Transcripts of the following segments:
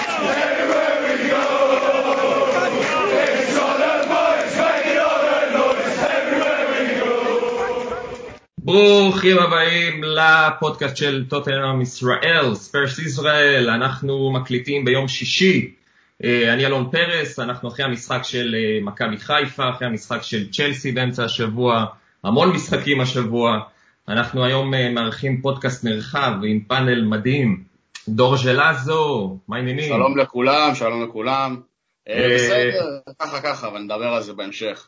ברוכים הבאים לפודקאסט של טוטנהאם ישראל, ספרס ישראל. אנחנו מקליטים ביום שישי. אני אלון פרס, אנחנו אחרי המשחק של מכבי חיפה, אחרי המשחק של צ'לסי באמצע השבוע, המון משחקים השבוע. אנחנו היום מארחים פודקאסט נרחב עם פאנל מדהים. דור ז'לאזו, מה העניינים? שלום לכולם, שלום לכולם. בסדר, ככה, אבל נדבר על זה בהמשך.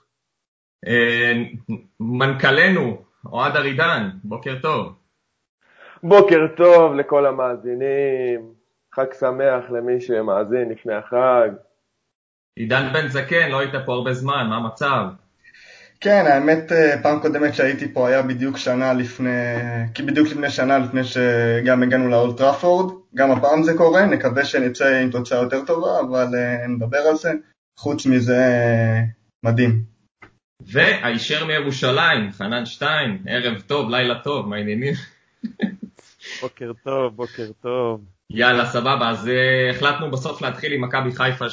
מנכ"לנו, אוהד ארידן, בוקר טוב. בוקר טוב לכל המאזינים, חג שמח למי שמאזין לפני החג. עידן בן זקן, לא היית פה הרבה זמן, מה המצב? כן, האמת, פעם קודמת שהייתי פה היה בדיוק שנה לפני שנה לפני שגם הגענו לאולד טראפורד. גם הפעם זה קורה, נקווה שנצא עם תוצאה יותר טובה, אבל נדבר על זה. חוץ מזה, מדהים. והישר מירושלים, חנן שטיין, ערב טוב, לילה טוב, מה העניינים? בוקר טוב, בוקר טוב. יאללה, סבבה, אז החלטנו בסוף להתחיל עם מכבי חיפה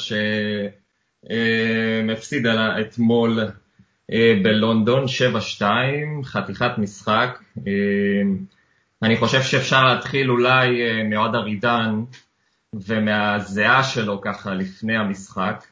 שמפסידה אתמול בלונדון 7-2, חתיכת משחק. אני חושב שאפשר להתחיל אולי מאוהד ארידן ומהזיעה שלו ככה לפני המשחק.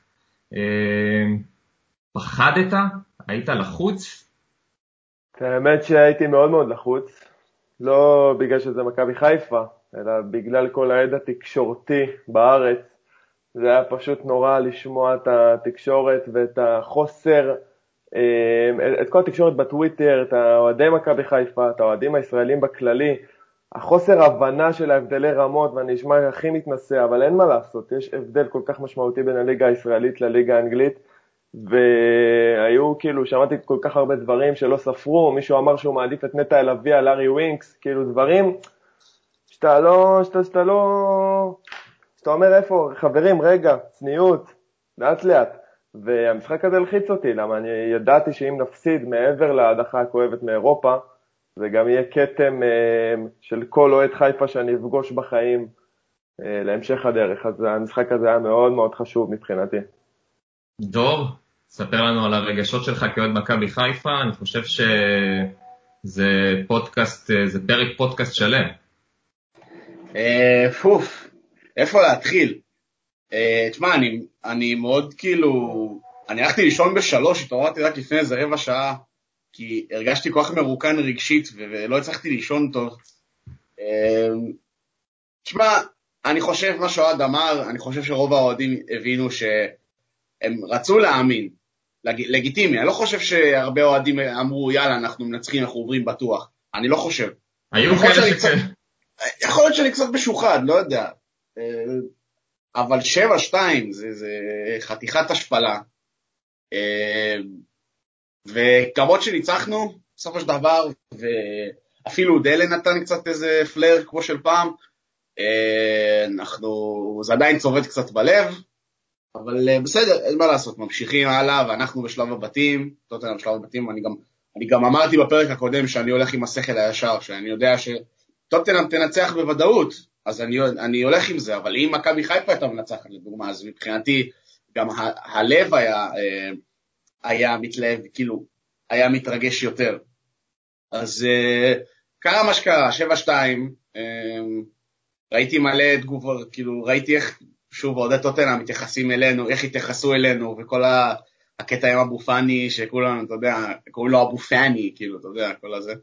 פחדת? היית לחוץ? האמת שהייתי מאוד מאוד לחוץ, לא בגלל שזה מכבי חיפה, אלא בגלל כל העד התקשורתי בארץ. זה היה פשוט נורא לשמוע את התקשורת ואת החוסר, את כל התקשורת בטוויטר, את האוהדי מכבי חיפה, את האוהדים הישראלים בכללי, החוסר הבנה של ההבדלי רמות, ואני אשמע הכי מתנסה, אבל אין מה לעשות, יש הבדל כל כך משמעותי בין הליגה הישראלית לליגה האנגלית, והיו כאילו, שמעתי כל כך הרבה דברים שלא ספרו, מישהו אמר שהוא מעדיף את נטע אלווי על ארי ווינקס, כאילו דברים שאתה אומר איפה, חברים, רגע, צניעות, לאט לאט. והמשחק הזה הלחיץ אותי, למה אני ידעתי שאם נפסיד מעבר להדחה הכואבת מאירופה, זה גם יהיה כתם של כל אוהד חיפה שאני אפגוש בחיים להמשך הדרך. אז המשחק הזה היה מאוד מאוד חשוב מבחינתי. דור, ספר לנו על הרגשות שלך כאוהד מכבי חיפה. אני חושב שזה פודקאסט, זה פרק פודקאסט שלם. איפה להתחיל? תשמע, אני מאוד כאילו, אני הלכתי לישון ב3, התעוררתי רק לפני איזה רבע שעה, כי הרגשתי כל כך מרוקן רגשית ולא הצלחתי לישון טוב. תשמע, אני חושב מה שאוהד אמר, אני חושב שרוב האוהדים הבינו שהם רצו להאמין, לגיטימי. אני לא חושב שהרבה אוהדים אמרו יאללה אנחנו מנצחים, אנחנו עוברים בטוח. אני לא חושב. היו כאלה שכן. יכול להיות שאני קצת משוחד, לא יודע. אבל 7-2 זה חתיכת השפלה. וכמות שניצחנו, בסופו של דבר, ואפילו דלן נתן קצת איזה פלר כמו של פעם, זה עדיין צובד קצת בלב, אבל בסדר, אין מה לעשות, ממשיכים הלאה, ואנחנו בשלב הבתים, טוטנהאם בשלב הבתים, אני גם אמרתי בפרק הקודם שאני הולך עם השכל הישר, שאני יודע שטוטנהאם תנצח בוודאות, אז אני הולך עם זה, אבל אם מכבי חיפה הייתה מנצחת לדוגמה, אז מבחינתי גם הלב היה מתלהב, כאילו, היה מתרגש יותר. אז קרה מה שקרה, 7-2, ראיתי מלא תגובות, כאילו, ראיתי איך, שוב, אוהדי טוטנהאם מתייחסים אלינו, איך התייחסו אלינו, וכל הקטע עם אבו פאני, שכולם, אתה יודע, קוראים לו אבו פאני, כאילו, אתה יודע, כל הזה.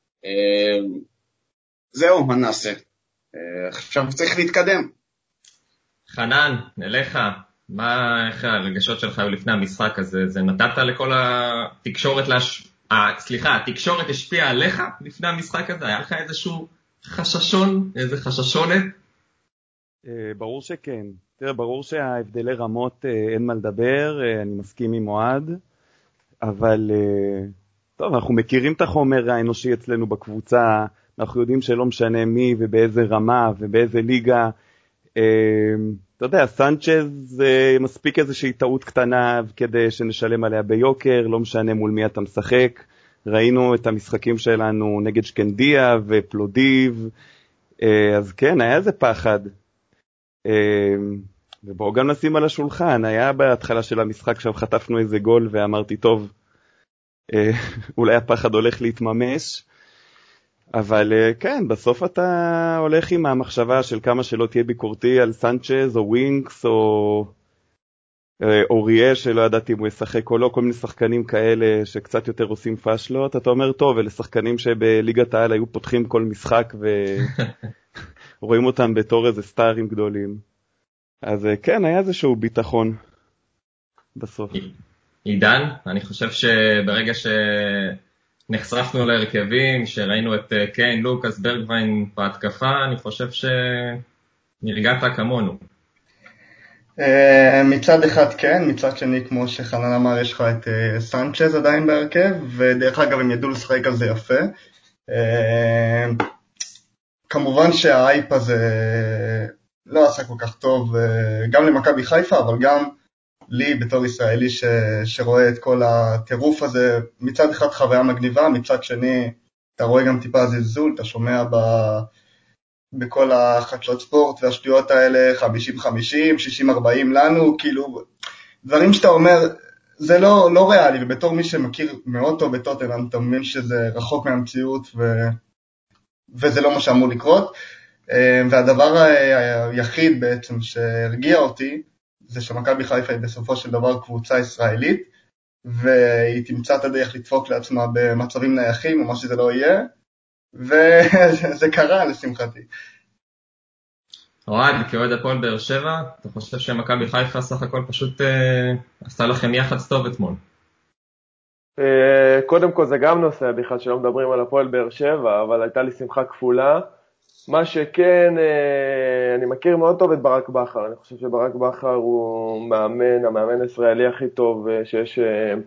זהו, מה נעשה? עכשיו צריך להתקדם. חנן, אליך, איך הרגשות שלך לפני המשחק הזה? זה נתת לכל התקשורת, התקשורת השפיעה עליך לפני המשחק הזה? היה לך איזשהו חששון, איזה חששונת? ברור שכן. תראה, ברור שההבדלי רמות אין מה לדבר, אני מסכים עם אוהד, אבל טוב, אנחנו מכירים את החומר האנושי אצלנו בקבוצה, אנחנו יודעים שלא משנה מי ובאיזה רמה ובאיזה ליגה, אתה יודע, סנצ'ז זה מספיק איזושהי טעות קטנה כדי שנשלם עליה ביוקר, לא משנה מול מי אתה משחק. ראינו את המשחקים שלנו נגד שקנדיה ופלודיב, אז כן, היה איזה פחד. ובואו גם נשים על השולחן, היה בהתחלה של המשחק שם חטפנו איזה גול ואמרתי טוב, אולי הפחד הולך להתממש, אבל כן, בסוף אתה הולך עם המחשבה של כמה שלא תהיה ביקורתי על סנצ'ז או ווינקס או אוריה שלא ידעתי אם הוא ישחק או לא, כל מיני שחקנים כאלה שקצת יותר עושים פשלות, אתה אומר טוב, אלה שחקנים שבליגת העל היו פותחים כל משחק ורואים אותם בתור איזה סטארים גדולים. אז כן, היה איזשהו ביטחון בסוף. עידן, אני חושב שברגע שנחשפנו להרכבים, שראינו את קיין, לוקאס, ברגווין בהתקפה, אני חושב שנרגעת כמונו. מצד אחד כן, מצד שני כמו שחנן אמר יש לך את סנצ'ז עדיין בהרכב, ודרך אגב הם ידעו לשחק על זה יפה. כמובן שהאייפ הזה לא עשה כל כך טוב גם למכבי חיפה, אבל גם לי בתור ישראלי שרואה את כל הטירוף הזה, מצד אחד חוויה מגניבה, מצד שני אתה רואה גם טיפה זלזול, אתה שומע בכל החדשות ספורט והשטויות האלה, 50-50, 60-40 לנו, כאילו, דברים שאתה אומר, זה לא ריאלי, ובתור מי שמכיר מאוד טוב בטוטנהאם, אתה מבין שזה רחוק מהמציאות, וזה לא מה שאמור לקרות, והדבר היחיד בעצם שהרגיע אותי, זה שמכבי חיפה היא בסופו של דבר קבוצה ישראלית, והיא תמצא את הדרך לדפוק לעצמה במצבים נייחים, או מה שזה לא יהיה, וזה קרה לשמחתי. אוהד, כאוהד הפועל באר שבע, אתה חושב שמכבי חיפה סך הכל פשוט עשה לכם יחד טוב אתמול? קודם כל זה גם נושא בכלל שלא מדברים על הפועל באר שבע, אבל הייתה לי שמחה כפולה. מה שכן, אני מכיר מאוד טוב את ברק בכר, אני חושב שברק בכר הוא המאמן הישראלי הכי טוב שיש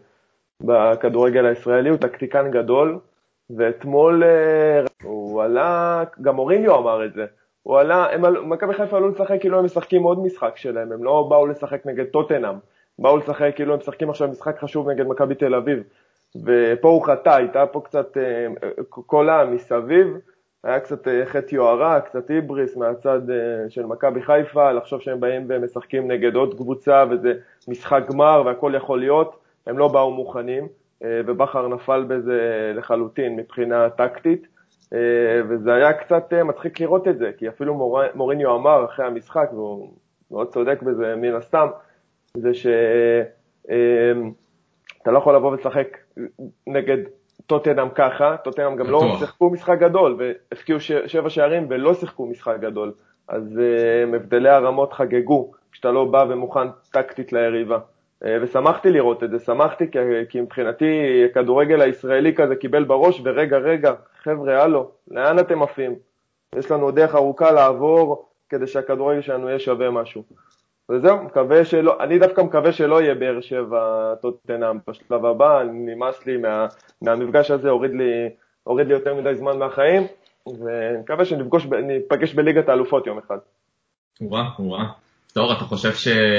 בכדורגל הישראלי, הוא טקטיקן גדול, ואתמול הוא עלה, גם מוריניו אמר את זה, הוא עלה, מכבי חיפה עלו לשחק כאילו הם משחקים עוד משחק שלהם, הם לא באו לשחק נגד טוטנהאם, באו לשחק כאילו הם משחקים עכשיו משחק חשוב נגד מכבי תל אביב, ופה הוא חטא, הייתה פה קצת קולה מסביב, היה קצת חטא יוהרה, קצת היבריס מהצד של מכבי חיפה, לחשוב שהם באים ומשחקים נגד עוד קבוצה וזה משחק גמר והכל יכול להיות, הם לא באו מוכנים, ובכר נפל בזה לחלוטין מבחינה טקטית, וזה היה קצת מצחיק לראות את זה, כי אפילו מוריניו אמר אחרי המשחק, והוא מאוד צודק בזה מן הסתם, זה שאתה לא יכול לבוא ולשחק נגד טוטנהאם ככה, טוטנהאם גם לא שיחקו משחק גדול, והפקיעו 7 שערים ולא שיחקו משחק גדול, אז מבדלי הרמות חגגו, כשאתה לא בא ומוכן טקטית ליריבה. ושמחתי לראות את זה, שמחתי כי מבחינתי הכדורגל הישראלי כזה קיבל בראש, ורגע, חבר'ה, הלו, לאן אתם עפים? יש לנו דרך ארוכה לעבור כדי שהכדורגל שלנו יהיה שווה משהו. וזהו, אני דווקא מקווה שלא יהיה באר שבע טוטנהאם בשלב הבא, נמאס לי מהמפגש הזה, הוריד לי יותר מדי זמן מהחיים, ומקווה שניפגש בליגת האלופות יום אחד. וואו. טוב, אתה חושב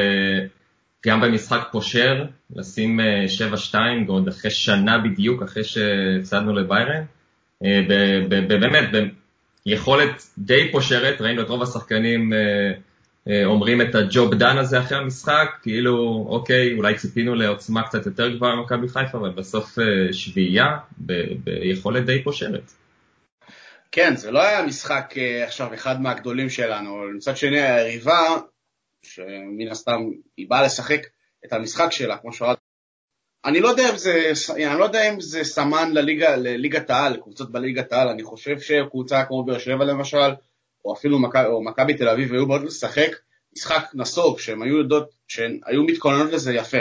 שגם במשחק פושר, לשים 7-2, ועוד אחרי שנה בדיוק, אחרי שהפסדנו לביירן, באמת, ביכולת די פושרת, ראינו את רוב השחקנים אומרים את הג'וב דן הזה אחרי המשחק, כאילו, אוקיי, אולי ציפינו לעוצמה קצת יותר גבוהה במכבי חיפה, אבל בסוף שביעייה ביכולת די פושרת. כן, זה לא היה משחק עכשיו אחד מהגדולים שלנו, מצד שני היריבה, שמן הסתם היא באה לשחק את המשחק שלה, כמו שאוהד. אני לא יודע אם זה סמן לליגת העל, לקבוצות בליגת העל, אני חושב שקבוצה כמו באר שבע למשל, או אפילו מכבי תל אביב היו מאוד לשחק משחק נסוג, שהן היו מתכוננות לזה יפה.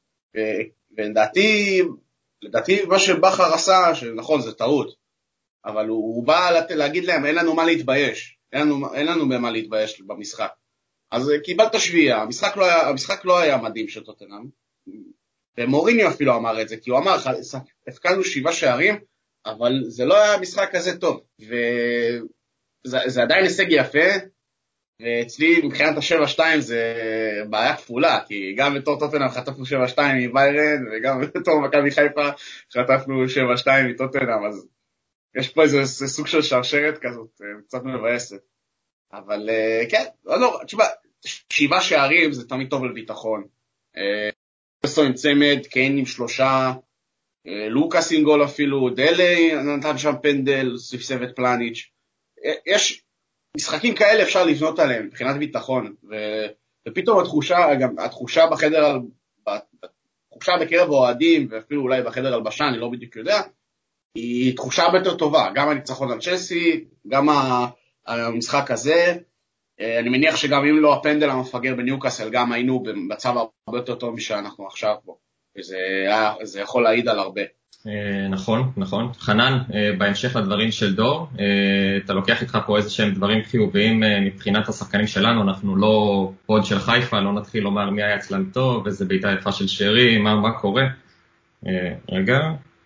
ולדעתי מה שבכר עשה, שנכון זה טעות, אבל הוא בא להגיד להם אין לנו מה להתבייש, אין לנו במה להתבייש במשחק. אז קיבלת שביעייה, המשחק לא היה מדהים של טוטנהאם, ומוריניו אפילו אמר את זה, כי הוא אמר, הפקדנו 7 שערים, אבל זה לא היה משחק כזה טוב, וזה עדיין הישג יפה, ואצלי מבחינת ה-7-2 זה בעיה כפולה, כי גם בתור טוטנהאם חטפנו 7-2 מביירן, וגם בתור מכבי חיפה חטפנו 7-2 מטוטנהאם, אז יש פה איזה סוג של שרשרת כזאת, קצת מבאסת. אבל כן, לא, תשמע, 7 שערים זה תמיד טוב לביטחון. פסו עם צמד, קיין עם 3, לוקאס עם גול אפילו, דלי נתן שם פנדל, ספסב את פלניץ'. יש משחקים כאלה אפשר לבנות עליהם מבחינת ביטחון, ופתאום התחושה בחדר, התחושה בקרב אוהדים, ואפילו אולי בחדר הלבשה, אני לא בדיוק יודע, היא תחושה הרבה יותר טובה, גם הניצחון על צ'לסי, גם המשחק הזה, אני מניח שגם אם לא הפנדל המפגר בניוקאסל, גם היינו במצב הרבה יותר טוב משאנחנו עכשיו פה, וזה יכול להעיד על הרבה. נכון. חנן, בהמשך לדברים של דור, אתה לוקח איתך פה איזה שהם דברים חיוביים מבחינת השחקנים שלנו, אנחנו לא פוד של חיפה, לא נתחיל לומר מי היה אצלם טוב, איזה בעיטה יפה של שרי, מה קורה. רגע.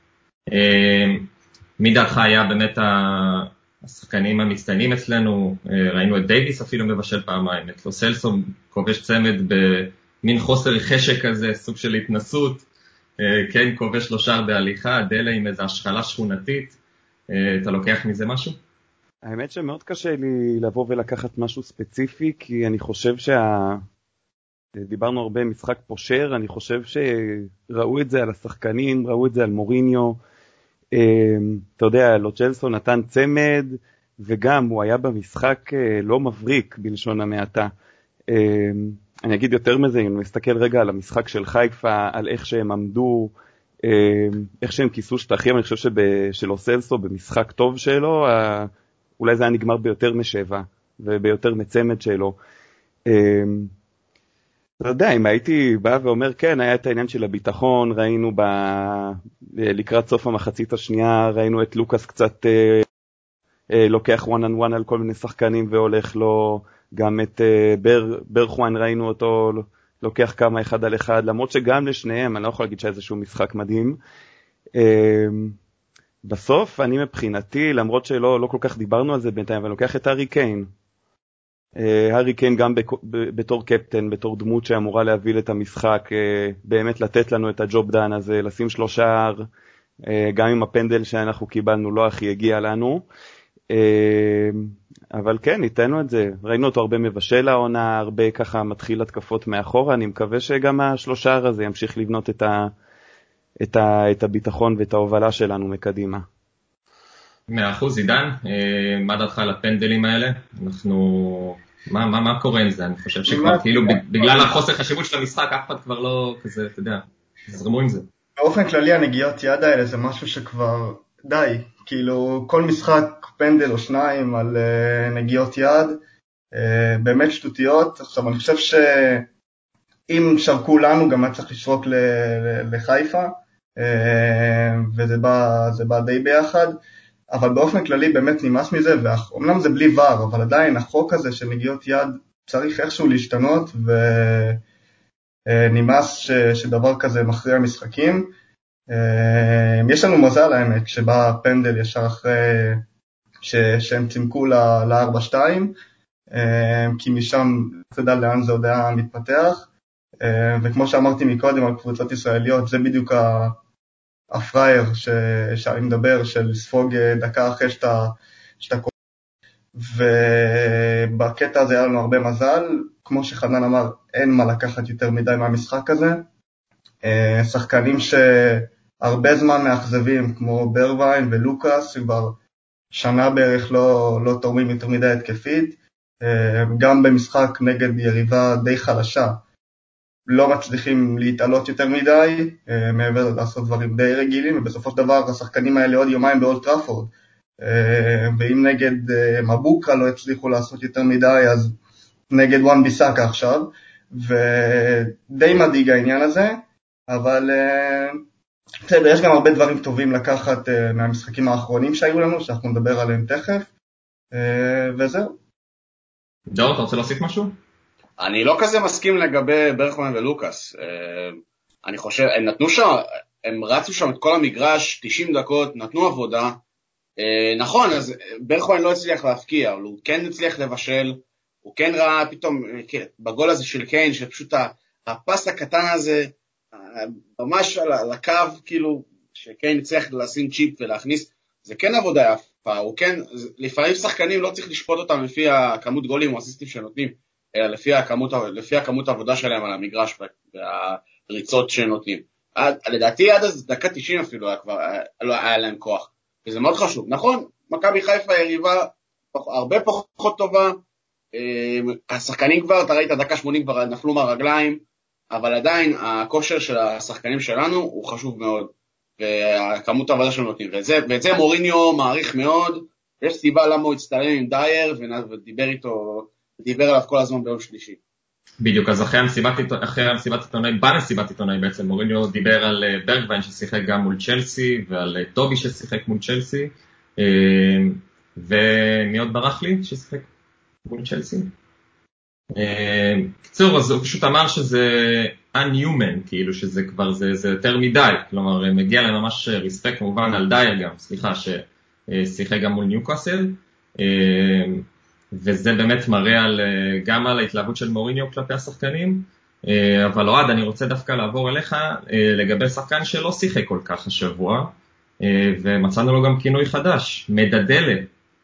מי דעתך היה באמת השחקנים המצטיינים אצלנו, ראינו את דייביס אפילו מבשל פעמיים, את לו סלסו כובש צמד במין חוסר חשק כזה, סוג של התנסות, כן, כובש לו שער בהליכה, דלה עם איזו השחלה שכונתית, אתה לוקח מזה משהו? האמת שמאוד קשה לי לבוא ולקחת משהו ספציפי, כי אני חושב דיברנו הרבה משחק פושר, אני חושב שראו את זה על השחקנים, ראו את זה על מוריניו, אתה יודע, לו צ'לסו נתן צמד, וגם הוא היה במשחק לא מבריק בלשון המעטה. אני אגיד יותר מזה, אם נסתכל רגע על המשחק של חיפה, על איך שהם עמדו, איך שהם כיסו שטחים, אני חושב שלו סלסו במשחק טוב שלו, אולי זה היה נגמר ביותר מ7, וביותר מצמד שלו. אתה יודע, אם הייתי בא ואומר, כן, היה את העניין של הביטחון, ראינו לקראת סוף המחצית השנייה, ראינו את לוקאס קצת לוקח one on one על כל מיני שחקנים והולך לו, גם את ברחואן ראינו אותו לוקח כמה 1 על 1, למרות שגם לשניהם, אני לא יכול להגיד שהיה איזשהו משחק מדהים. בסוף, אני מבחינתי, למרות שלא כל כך דיברנו על זה בינתיים, אבל לוקח את הארי קיין. הארי קיין גם בתור קפטן, בתור דמות שאמורה להביא את המשחק, באמת לתת לנו את הג'וב דן הזה, לשים 3 שער, גם עם הפנדל שאנחנו קיבלנו לא הכי הגיע לנו. אבל כן, ניתנו את זה. ראינו אותו הרבה מבשל העונה, הרבה ככה מתחיל התקפות מאחורה, אני מקווה שגם ה3 שער הזה ימשיך לבנות את הביטחון ואת ההובלה שלנו מקדימה. 100%, עידן, מה דעתך על הפנדלים האלה? מה קורה עם זה? אני חושב שכבר כאילו בגלל החוסר חשיבות של המשחק, אף אחד כבר לא כזה, אתה יודע, תזרמו עם זה. באופן כללי הנגיעות יד האלה זה משהו שכבר די, כאילו כל משחק פנדל או 2 על נגיעות יד, באמת שטותיות. עכשיו אני חושב שאם שרקו לנו גם היה צריך לשרוק לחיפה, וזה בא די ביחד, אבל באופן כללי באמת נמאס מזה, ואומנם זה בלי ור, אבל עדיין החוק הזה של נגיעות יד צריך איכשהו להשתנות, ונמאס שדבר כזה מכריע משחקים. יש לנו מזל האמת, שבא פנדל ישר אחרי שהם צימקו ל-4-2, כי משם תדע לאן זה עוד היה מתפתח, וכמו שאמרתי מקודם על קבוצות ישראליות, זה בדיוק הפרייר שאני מדבר, של ספוג דקה אחרי שאתה קורא, ובקטע הזה היה לנו הרבה מזל, כמו שחנן אמר, אין מה לקחת יותר מדי מהמשחק הזה, שחקנים שהרבה זמן מאכזבים, כמו ברווין ולוקאס, שכבר שנה בערך לא תורמים יותר מדי התקפית, גם במשחק נגד יריבה די חלשה, לא מצליחים להתעלות יותר מדי, מעבר לעשות דברים די רגילים, ובסופו של דבר השחקנים האלה עוד יומיים באולד טראפורד, ואם נגד מבוקה לא הצליחו לעשות יותר מדי, אז נגד וואן ביסאקה עכשיו, ודי מדאיג העניין הזה, אבל בסדר, יש גם הרבה דברים טובים לקחת מהמשחקים האחרונים שהיו לנו, שאנחנו נדבר עליהם תכף, וזהו. דור, אתה רוצה להוסיף משהו? אני לא כזה מסכים לגבי ברחמן ולוקאס. אני חושב, הם רצו שם את כל המגרש, 90 דקות, נתנו עבודה. נכון, אז ברחמן לא הצליח להפקיע, אבל הוא כן הצליח לבשל, הוא כן ראה פתאום, בגול הזה של קיין, שפשוט הפס הקטן הזה, ממש על הקו, כאילו, שקיין הצליח לשים צ'יפ ולהכניס, זה כן עבודה יפה, הוא כן, לפעמים שחקנים לא צריך לשפוט אותם לפי הכמות גולים או אסיסטים שנותנים, אלא לפי הכמות העבודה שלהם על המגרש והריצות שהם נותנים. לדעתי עד אז דקה 90 אפילו היה להם כוח, וזה מאוד חשוב. נכון, מכבי חיפה יריבה הרבה פחות טובה, השחקנים כבר, אתה ראית דקה 80 כבר נפלו מהרגליים, אבל עדיין הכושר של השחקנים שלנו הוא חשוב מאוד, וכמות העבודה שלנו נותנים, ואת זה מוריניו מעריך מאוד, יש סיבה למה הוא הצטלם עם דייר, ודיבר עליו כל הזמן ביום שלישי. בדיוק, אז אחרי המסיבת עיתונאי, בנסיבת עיתונאי בעצם, מוריניו דיבר על ברגווין ששיחק גם מול צ'לסי, ועל טובי ששיחק מול צ'לסי, ומי עוד ברח לי ששיחק מול צ'לסי? קצור, אז הוא פשוט אמר שזה unhuman, כאילו שזה כבר, זה יותר מדי, כלומר מגיע להם ממש ריספקט כמובן על דייר גם, סליחה, ששיחק גם מול ניוקאסל, וזה באמת מראה גם על ההתלהבות של מוריניו כלפי השחקנים, אבל אוהד, אני רוצה דווקא לעבור אליך לגבי שחקן שלא שיחק כל כך השבוע, ומצאנו לו גם כינוי חדש, מדדלה.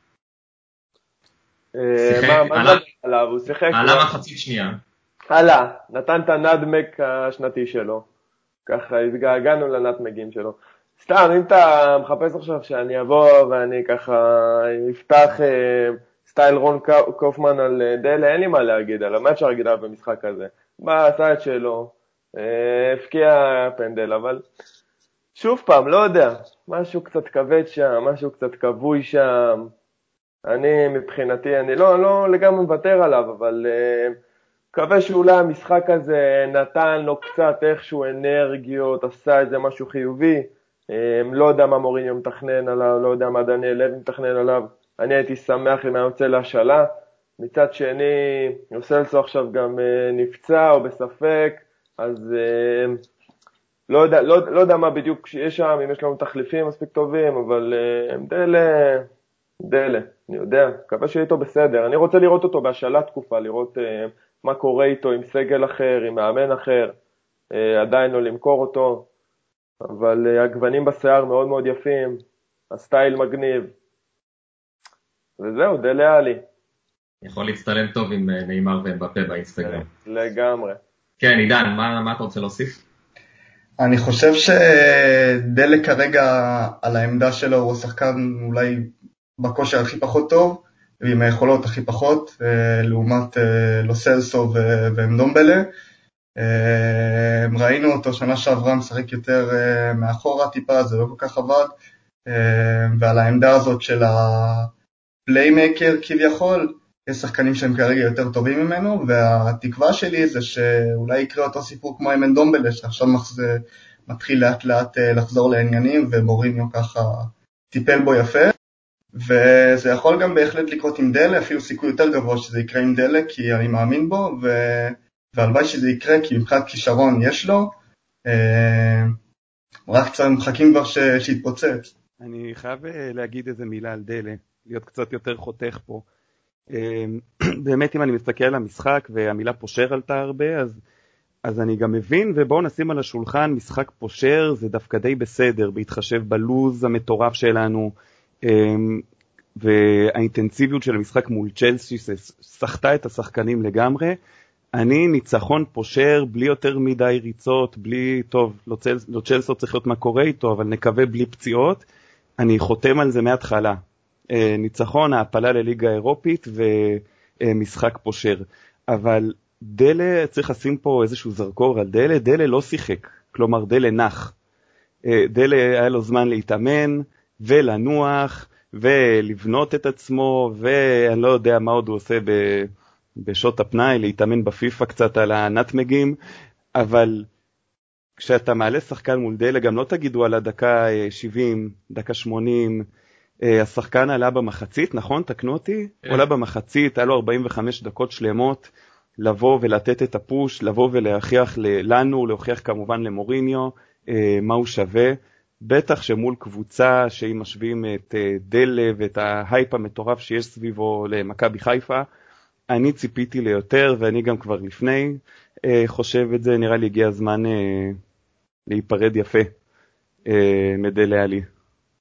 עליו, הוא שיחק. עלה מחצית שנייה. עלה, נתן את הנדמק השנתי שלו. ככה התגעגענו לנדמגים שלו. סתם, אם אתה מחפש עכשיו שאני אבוא ואני ככה אפתח סטייל רון קופמן על דלה, אין לי מה להגיד עליו, מה אפשר להגיד עליו במשחק הזה? בא, עשה את שלו, הפקיע פנדל, אבל שוב פעם, לא יודע, משהו קצת כבד שם, משהו קצת כבוי שם, אני מבחינתי, אני לא לגמרי מוותר עליו, אבל מקווה שאולי המשחק הזה נתן לו קצת איכשהו אנרגיות, עשה איזה משהו חיובי, לא יודע מה מוריניו מתכנן עליו, לא יודע מה דניאל לוי מתכנן עליו, אני הייתי שמח אם אני יוצא להשאלה, מצד שני, יוסלסו עכשיו גם נפצע או בספק, אז לא יודע מה בדיוק שיש שם, אם יש לנו תחליפים מספיק טובים, אבל דלה, אני יודע, מקווה שיהיה איתו בסדר, אני רוצה לראות אותו בהשאלה תקופה, לראות מה קורה איתו עם סגל אחר, עם מאמן אחר, עדיין לא למכור אותו, אבל הגוונים בשיער מאוד מאוד יפים, הסטייל מגניב, וזהו, דלה עלי. יכול להצטלם טוב עם נאמר ואמבפה באינסטגרם. לגמרי. כן, עידן, מה אתה רוצה להוסיף? אני חושב שדלה כרגע על העמדה שלו הוא השחקן אולי בכושר הכי פחות טוב, ועם היכולות הכי פחות, לעומת לוסלסו ואנדומבלה. ראינו אותו שנה שעברה משחק יותר מאחורה טיפה, זה לא כל כך עבד, ועל העמדה הזאת של הפליימקר כביכול, יש שחקנים שהם כרגע יותר טובים ממנו, והתקווה שלי זה שאולי יקרה אותו סיפור כמו עם אנדומבלה, שעכשיו מתחיל לאט לאט לחזור לעניינים, ומוריניו ככה טיפל בו יפה, וזה יכול גם בהחלט לקרות עם דלה, אפילו סיכוי יותר גבוה שזה יקרה עם דלה, כי אני מאמין בו, והלוואי שזה יקרה, כי מבחינת כישרון יש לו, רק קצת מחכים כבר שיתפוצץ. אני חייב להגיד איזה מילה על דלה, להיות קצת יותר חותך פה. באמת אם אני מסתכל על המשחק והמילה פושר עלתה הרבה, אז אני גם מבין, ובואו נשים על השולחן, משחק פושר זה דווקא די בסדר, בהתחשב בלוז המטורף שלנו, והאינטנסיביות של המשחק מול צ'לסי שסחטה את השחקנים לגמרי. אני ניצחון פושר בלי יותר מדי ריצות, בלי, טוב, לא צ'לסו צריך להיות מה קורה איתו, אבל נקווה בלי פציעות, אני חותם על זה מההתחלה. ניצחון, ההפלה לליגה האירופית ומשחק פושר. אבל דלה, צריך לשים פה איזשהו זרקור על דלה, דלה לא שיחק, כלומר דלה נח. דלה היה לו זמן להתאמן ולנוח ולבנות את עצמו, ואני לא יודע מה עוד הוא עושה בשעות הפנאי, להתאמן בפיפה קצת על הנטמגים, אבל כשאתה מעלה שחקן מול דלה, גם לא תגידו על הדקה 70, דקה 80, השחקן עלה במחצית, נכון? תקנו אותי? הוא עלה במחצית, היה לו 45 דקות שלמות, לבוא ולתת את הפוש, לבוא ולהוכיח לנו, להוכיח כמובן למוריניו, מה הוא שווה, בטח שמול קבוצה שהיא משווים את דלה ואת ההייפ המטורף שיש סביבו למכבי חיפה, אני ציפיתי ליותר, ואני גם כבר לפני חושב את זה, נראה לי הגיע הזמן להיפרד יפה מדלה עלי.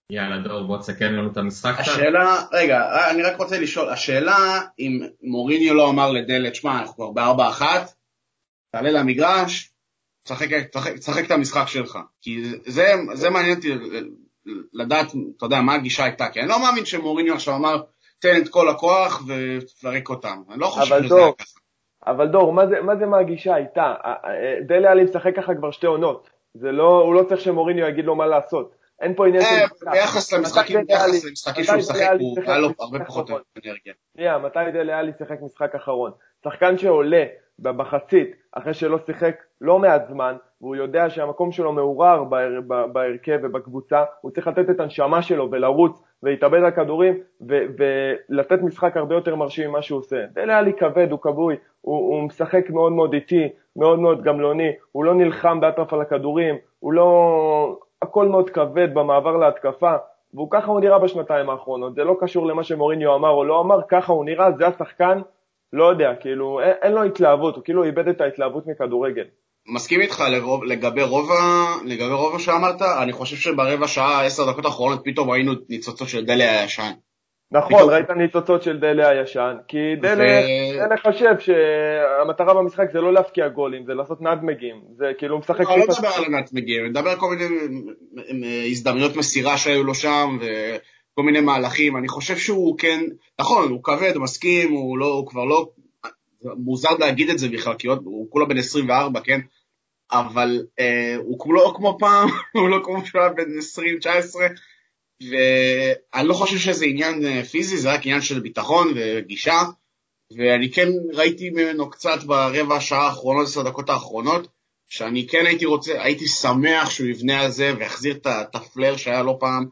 יאללה דור, בוא תסכם לנו את המשחק. השאלה, רגע, אני רק רוצה לשאול, השאלה אם מוריניו לא אמר לדלה, תשמע, אנחנו כבר ב-4-1, תעלה למגרש, תשחק את המשחק שלך. כי זה מעניין אותי לדעת, אתה יודע, מה הגישה הייתה, כי אני לא מאמין שמוריניו עכשיו אמר, תן את כל הכוח ותפרק אותם. אני לא חושב שזה היה ככה. אבל דור, מה זה מה הגישה הייתה? דלה עלי משחק ככה כבר 2 עונות. הוא לא צריך שמוריניו יגיד לו מה לעשות. אין פה עניין של... ביחס למשחקים שהוא משחק, הוא היה לו הרבה פחות אנרגיה. מתי דלה עלי שיחק משחק אחרון? שחקן שעולה במחצית, אחרי שלא שיחק לא מעט זמן, והוא יודע שהמקום שלו מעורר בהרכב ובקבוצה, הוא צריך לתת את הנשמה שלו ולרוץ ולהתאבד על כדורים ולתת משחק הרבה יותר מרשים ממה שהוא עושה. דלה עלי כבד, הוא כבוי, הוא משחק מאוד מאוד איטי, מאוד מאוד גמלוני, הוא לא נלחם באטרף על הכדורים, הוא לא... הכל מאוד כבד במעבר להתקפה, והוא ככה הוא נראה בשנתיים האחרונות. זה לא קשור למה שמוריניו אמר או לא אמר, ככה הוא נראה, זה השחקן, לא יודע, כאילו, אין לו התלהבות, הוא כאילו איבד את ההתלהבות מכדורגל. מסכים איתך לגבי רובע שאמרת, אני חושב שברבע שעה, 10 דקות האחרונות, פתאום ראינו ניצוצות של דלה הישן. נכון, ראית ניצוצות של דלה הישן, כי דלה חושב שהמטרה במשחק זה לא להפקיע גולים, זה לעשות נדמגים, זה כאילו משחק... לא מדבר על הנדמגים, מדבר על כל מיני הזדמנויות מסירה שהיו לו שם, וכל מיני מהלכים, אני חושב שהוא כן, נכון, הוא כבד, הוא מסכים, הוא כבר לא, מוזר להגיד את זה בכלל, כי הוא כולה בן 24, כן? אבל הוא לא כמו פעם, הוא לא כמו שהוא היה בן 20-19, ואני לא חושב שזה עניין פיזי, זה רק עניין של ביטחון וגישה, ואני כן ראיתי ממנו קצת ברבע השעה האחרונות, 10 דקות האחרונות, שאני כן הייתי שמח שהוא יבנה על זה, ויחזיר את הפלר שהיה לו פעם,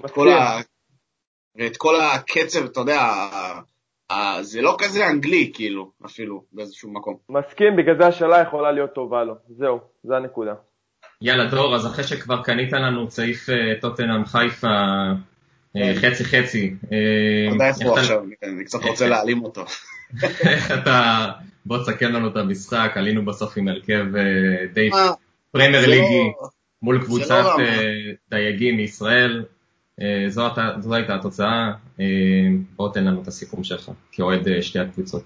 ואת כל הקצב, אתה יודע, זה לא כזה אנגלי, כאילו, אפילו, באיזשהו מקום. מסכים, בגלל זה השאלה יכולה להיות טובה לו, זהו, זה הנקודה. יאללה דור, אז אחרי שכבר קנית לנו צעיף טוטנהאם חיפה חצי-חצי. תודה איפה עכשיו, אני קצת רוצה להעלים אותו. איך אתה, בוא תסכם לנו את המשחק, עלינו בסוף עם הרכב די פרמייר ליגי מול קבוצת דייגים מישראל, זו הייתה התוצאה, בוא תן לנו את הסיכום שלך, כאוהד שתי הקבוצות.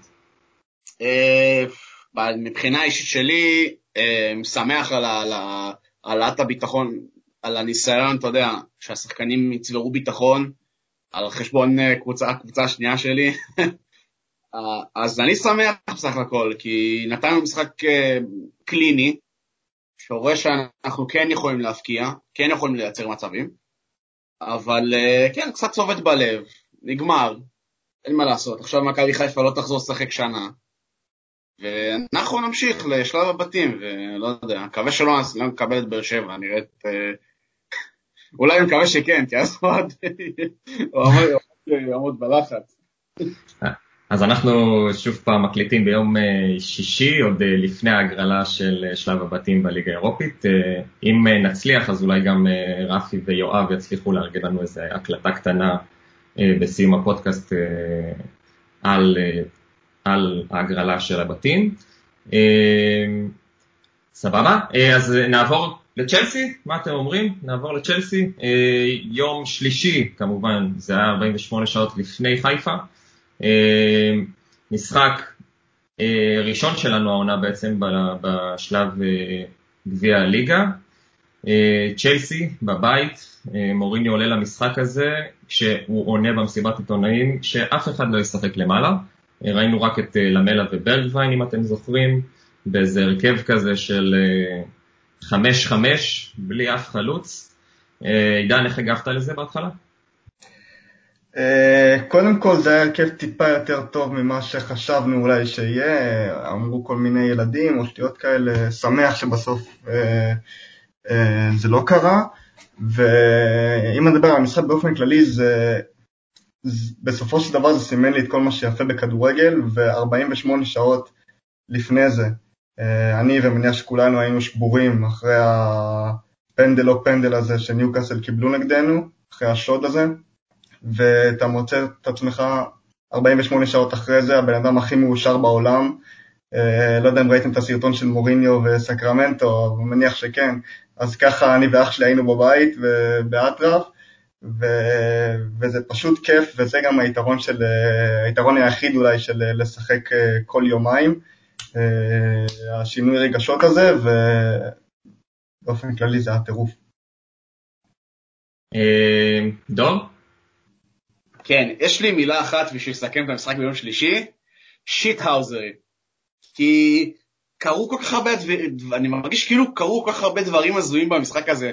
מבחינה אישית שלי, שמח על העלאת הביטחון, על הניסיון, אתה יודע, שהשחקנים יצברו ביטחון, על חשבון הקבוצה השנייה שלי, אז אני שמח בסך הכל, כי נתנו משחק קליני, שרואה שאנחנו כן יכולים להפקיע, כן יכולים לייצר מצבים, אבל כן, קצת צובט בלב, נגמר, אין מה לעשות, עכשיו מכבי חיפה לא תחזור לשחק שנה, ואנחנו נמשיך לשלב הבתים, ולא יודע, מקווה שלא נקבל את באר שבע, נראית, אולי אני מקווה שכן, כי אז הוא יעמוד בלחץ. אז אנחנו שוב פעם מקליטים ביום שישי, עוד לפני ההגרלה של שלב הבתים בליגה האירופית. אם נצליח, אז אולי גם רפי ויואב יצליחו לארגן לנו איזו הקלטה קטנה בסיום הפודקאסט על ההגרלה של הבתים. סבבה? אז נעבור לצ'לסי, מה אתם אומרים? נעבור לצ'לסי. יום שלישי, כמובן, זה היה 48 שעות לפני חיפה. משחק ראשון שלנו העונה בעצם בשלב גביע הליגה. צ'לסי בבית, מוריניו עולה למשחק הזה כשהוא עונה במסיבת עיתונאים שאף אחד לא ישחק למעלה. ראינו רק את למלה וברגווין, אם אתם זוכרים, באיזה הרכב כזה של 5-5 בלי אף חלוץ. עידן, איך הגבת לזה בהתחלה? קודם כל זה היה הרכב טיפה יותר טוב ממה שחשבנו אולי שיהיה, אמרו כל מיני ילדים או שטויות כאלה, שמח שבסוף זה לא קרה, ואם נדבר על המשחק באופן כללי, בסופו של דבר זה סימן לי את כל מה שיפה בכדורגל, ו48 שעות לפני זה, אני ומניח שכולנו היינו שבורים אחרי הפנדל או פנדל הזה שניוקאסל קיבלו נגדנו, אחרי השוד הזה, ואתה מוצא את עצמך 48 שעות אחרי זה, הבן אדם הכי מאושר בעולם, לא יודע אם ראיתם את הסרטון של מוריניו וסקרמנטו, אבל מניח שכן, אז ככה אני ואח שלי היינו בבית ובאטרף, וזה פשוט כיף, וזה גם היתרון היחיד אולי של לשחק כל יומיים, השינוי רגשות הזה, ובאופן כללי זה הטירוף. דוב? כן, יש לי מילה אחת בשביל לסכם את המשחק ביום שלישי, שיט-האוזרי. כי קרו כל כך הרבה, אני מרגיש כאילו קרו כל כך הרבה דברים הזויים במשחק הזה.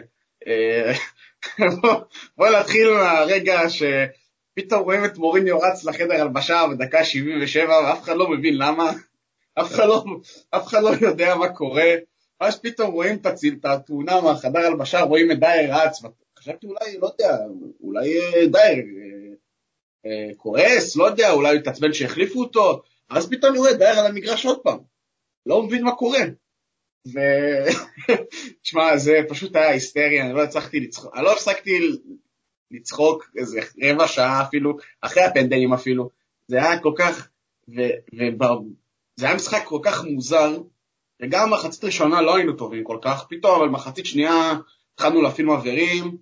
בוא נתחיל מהרגע שפתאום רואים את מוריניו רץ לחדר הלבשה בדקה 77, ואף אחד לא מבין למה, אף אחד לא יודע מה קורה. אז פתאום רואים את התאונה מהחדר הלבשה, רואים את דייר רץ, חשבתי אולי, לא יודע, אולי דייר כועס, לא יודע, אולי הוא תעצבן שהחליפו אותו, אז פתאום אני רואה דייר על המגרש עוד פעם, לא מבין מה קורה. תשמע, זה פשוט היה היסטריה, אני לא הפסקתי לצחוק איזה רבע שעה אפילו, אחרי הפנדלים אפילו, זה היה כל כך, זה היה משחק כל כך מוזר, וגם מחצית ראשונה לא היינו טובים כל כך, פתאום, אבל מחצית שנייה התחלנו להפעיל מעברים,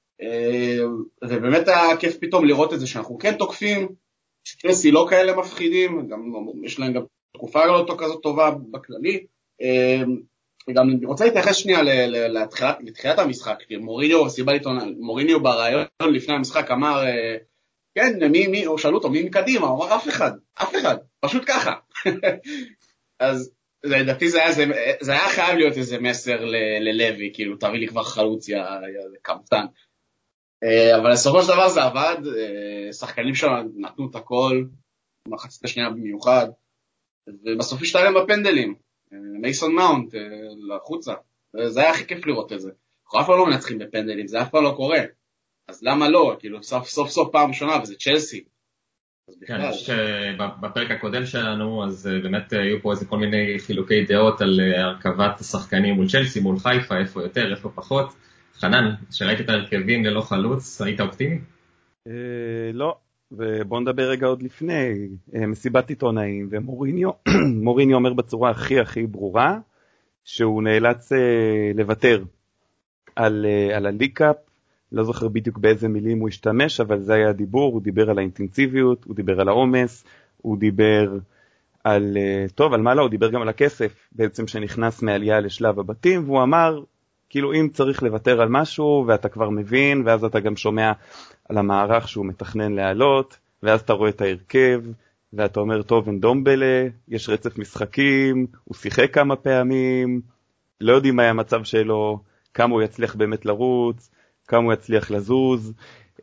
ובאמת היה כיף פתאום לראות את זה שאנחנו כן תוקפים, שצ'לסי לא כאלה מפחידים, גם יש להם גם תקופה לא כזאת טובה בכללי, וגם אני רוצה להתייחס שנייה לתחילת המשחק, כי מוריניו ברעיון לפני המשחק אמר, כן, או שאלו אותו, מי מקדימה? הוא אמר, אף אחד, פשוט ככה. אז לדעתי זה היה חייב להיות איזה מסר ללוי, כאילו, תביא לי כבר חלוץ, יא קמצן. אבל לסופו של דבר זה עבד, שחקנים שלנו נתנו את הכל, מחצית השנייה במיוחד, ובסוף השתלם בפנדלים, מייסון מאונט לחוצה, זה היה הכי כיף לראות את זה. אנחנו אף פעם לא מנצחים בפנדלים, זה אף פעם לא קורה, אז למה לא? כאילו סוף פעם ראשונה, וזה צ'לסי. כן, בפרק הקודם שלנו, אז באמת היו פה איזה כל מיני חילוקי דעות על הרכבת השחקנים מול צ'לסי, מול חיפה, איפה יותר, איפה פחות. חנן, שראית את ההרכבים ללא חלוץ, היית אופטימי? לא, ובוא נדבר רגע עוד לפני, מסיבת עיתונאים, ומוריניו אומר בצורה הכי ברורה, שהוא נאלץ לוותר על הליקאפ, לא זוכר בדיוק באיזה מילים הוא השתמש, אבל זה היה הדיבור, הוא דיבר על האינטנסיביות, הוא דיבר על העומס, הוא דיבר על, טוב, על מה לא, הוא דיבר גם על הכסף, בעצם שנכנס מעלייה לשלב הבתים, והוא אמר, כאילו אם צריך לוותר על משהו, ואתה כבר מבין, ואז אתה גם שומע על המערך שהוא מתכנן להעלות, ואז אתה רואה את ההרכב, ואתה אומר, טוב, אין דומבלה, יש רצף משחקים, הוא שיחק כמה פעמים, לא יודעים מה היה המצב שלו, כמה הוא יצליח באמת לרוץ, כמה הוא יצליח לזוז,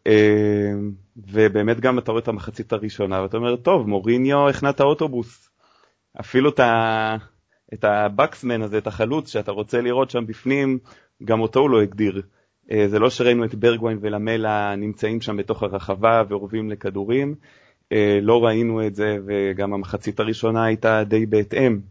ובאמת גם אתה רואה את המחצית הראשונה, ואתה אומר, טוב, מוריניו הכנע את האוטובוס, אפילו את הבקסמן הזה, את החלוץ שאתה רוצה לראות שם בפנים, גם אותו הוא לא הגדיר. זה לא שראינו את ברגווין ולמלה נמצאים שם בתוך הרחבה ועורבים לכדורים, לא ראינו את זה, וגם המחצית הראשונה הייתה די בהתאם.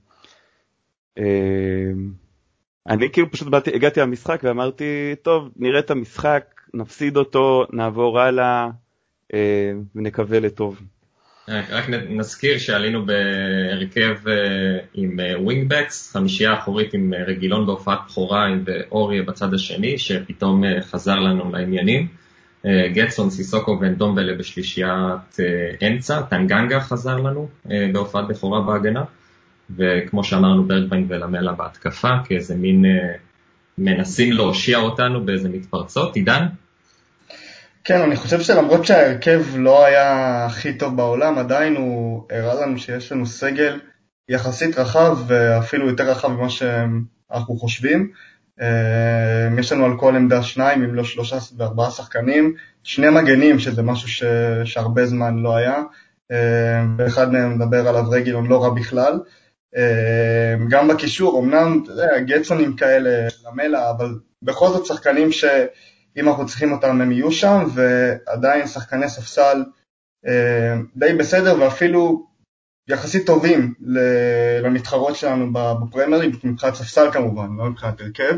אני כאילו פשוט הגעתי למשחק ואמרתי, טוב, נראה את המשחק, נפסיד אותו, נעבור הלאה, ונקווה לטוב. רק נזכיר שעלינו בהרכב עם ווינגבקס, חמישייה אחורית עם רגילון בהופעת בחורה ואוריה בצד השני, שפתאום חזר לנו לעניינים. גטסון, סיסוקו ונדומבלה בשלישיית אמצע, טנגנגה חזר לנו בהופעת בחורה בהגנה, וכמו שאמרנו ברגווין ולמלה בהתקפה, כאיזה מין מנסים להושיע אותנו באיזה מתפרצות. עידן? כן, אני חושב שלמרות שההרכב לא היה הכי טוב בעולם, עדיין הוא הראה לנו שיש לנו סגל יחסית רחב, ואפילו יותר רחב ממה שאנחנו חושבים. יש לנו על כל עמדה 2, אם לא 3 ו4 שחקנים, 2 מגנים, שזה משהו שהרבה זמן לא היה, ואחד מהם מדבר עליו רגילון לא רע בכלל. גם בקישור, אמנם גטסונים כאלה למלה, אבל בכל זאת שחקנים שאם אנחנו צריכים אותם הם יהיו שם, ועדיין שחקני ספסל די בסדר, ואפילו יחסית טובים למתחרות שלנו בפרמייר, מבחינת ספסל כמובן, לא מבחינת הרכב.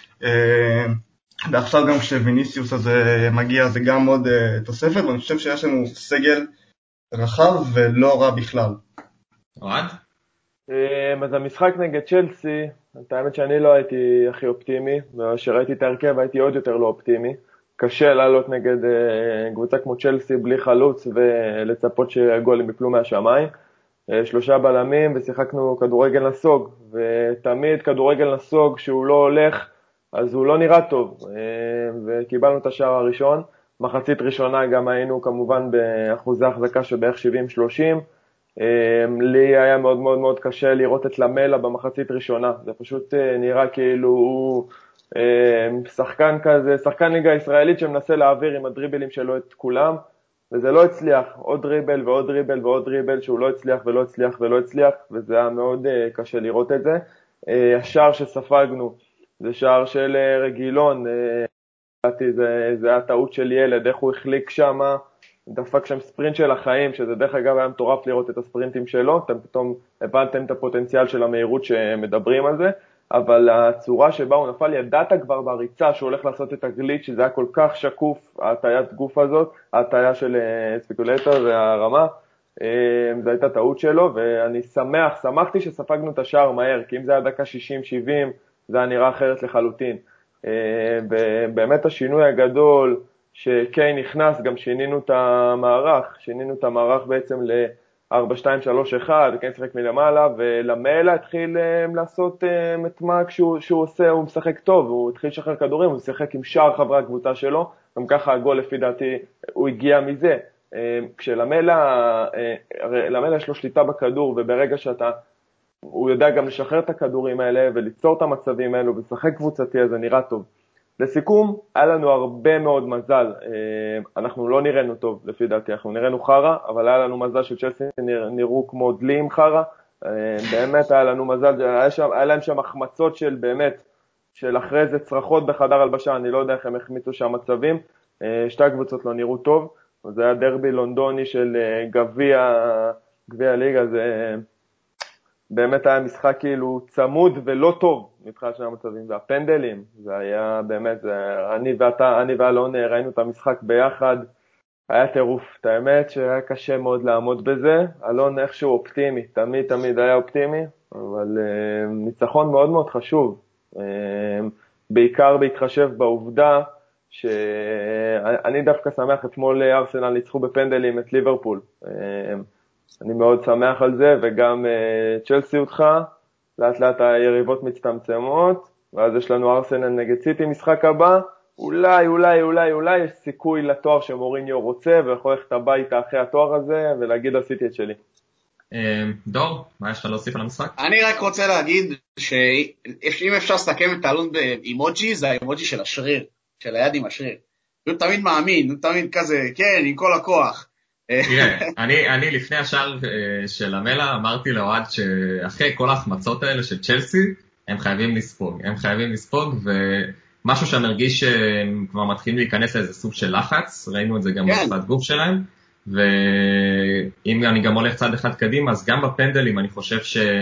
ועכשיו גם כשוויניסיוס הזה מגיע זה גם עוד תוספת, ואני חושב שיש לנו סגל רחב ולא רע בכלל. אוהד? אז המשחק נגד צ'לסי, האמת שאני לא הייתי הכי אופטימי, וכשראיתי את ההרכב הייתי עוד יותר לא אופטימי. קשה לעלות נגד קבוצה כמו צ'לסי בלי חלוץ ולצפות שהגולים יפלו מהשמיים. 3 בלמים ושיחקנו כדורגל נסוג, ותמיד כדורגל נסוג שהוא לא הולך אז הוא לא נראה טוב, וקיבלנו את השער הראשון. מחצית ראשונה גם היינו כמובן באחוזי החזקה שבערך 70-30. לי היה מאוד מאוד מאוד קשה לראות את למלה במחצית ראשונה, זה פשוט נראה כאילו הוא שחקן כזה, שחקן ליגה ישראלית שמנסה להעביר עם הדריבלים שלו את כולם, וזה לא הצליח, עוד דריבל ועוד דריבל ועוד דריבל שהוא לא הצליח ולא הצליח ולא הצליח, וזה היה מאוד קשה לראות את זה. השער שספגנו זה שער של רגילון, זה היה טעות של ילד, איך הוא החליק שם, דפק שם ספרינט של החיים, שזה דרך אגב היה מטורף לראות את הספרינטים שלו, אתם פתאום הבנתם את הפוטנציאל של המהירות שמדברים על זה, אבל הצורה שבה הוא נפל, ידעת כבר בריצה שהוא הולך לעשות את הגליץ', שזה היה כל כך שקוף, ההטיית גוף הזאת, ההטיה של ספקולטור והרמה, זו הייתה טעות שלו, ואני שמחתי שספגנו את השער מהר, כי אם זה היה דקה 60-70, זה היה נראה אחרת לחלוטין. ובאמת השינוי הגדול שקיי נכנס, גם שינינו את המערך בעצם ל-4-2-3-1, וקיי שחק מלמעלה, ולמלה התחיל לעשות את מה שהוא עושה, הוא משחק טוב, הוא התחיל לשחרר כדורים, הוא משחק עם שאר חברי הקבוצה שלו, גם ככה הגול לפי דעתי הוא הגיע מזה. כשלמלה יש לו שליטה בכדור, וברגע הוא יודע גם לשחרר את הכדורים האלה וליצור את המצבים האלו ולשחק קבוצתי, אז זה נראה טוב. לסיכום, היה לנו הרבה מאוד מזל, אנחנו לא נראינו טוב לפי דעתי, אנחנו נראינו חרה, אבל היה לנו מזל שצ'לסי נראו כמו דלים חרה, באמת היה לנו מזל, היה להם שם החמצות של באמת, של אחרי זה צרחות בחדר הלבשה, אני לא יודע איך הם החמיצו שם מצבים, 2 קבוצות לא נראו טוב, זה היה דרבי לונדוני של גביע ליגה, זה באמת היה משחק כאילו צמוד ולא טוב מבחינת שני המצבים, והפנדלים, זה היה באמת, אני ואלון ראינו את המשחק ביחד, היה טירוף, את האמת שהיה קשה מאוד לעמוד בזה, אלון איכשהו אופטימי, תמיד היה אופטימי, אבל ניצחון מאוד מאוד חשוב, בעיקר בהתחשב בעובדה, שאני דווקא שמח, אתמול ארסנל ניצחו בפנדלים את ליברפול, אני מאוד שמח על זה, וגם צ'לסי אותך, לאט לאט היריבות מצטמצמות, ואז יש לנו ארסנל נגד סיטי משחק הבא, אולי יש סיכוי לתואר שמוריניו רוצה, ויכול ללכת הביתה אחרי התואר הזה, ולהגיד עשיתי את שלי. דור, מה יש לך להוסיף על המשחק? אני רק רוצה להגיד שאם אפשר לסכם את האלון באימוג'י, זה האימוג'י של השריר, של היד עם השריר. הוא תמיד מאמין, הוא תמיד כזה, כן, עם כל הכוח. תראה, אני לפני השער של המלה אמרתי לאוהד שאחרי כל ההחמצות האלה של צ'לסי, הם חייבים לספוג, ומשהו שאני מרגיש שהם כבר מתחילים להיכנס לאיזה סוג של לחץ, ראינו את זה גם בשפת גוף שלהם, ואם אני גם הולך צד אחד קדימה, אז גם בפנדלים אני חושב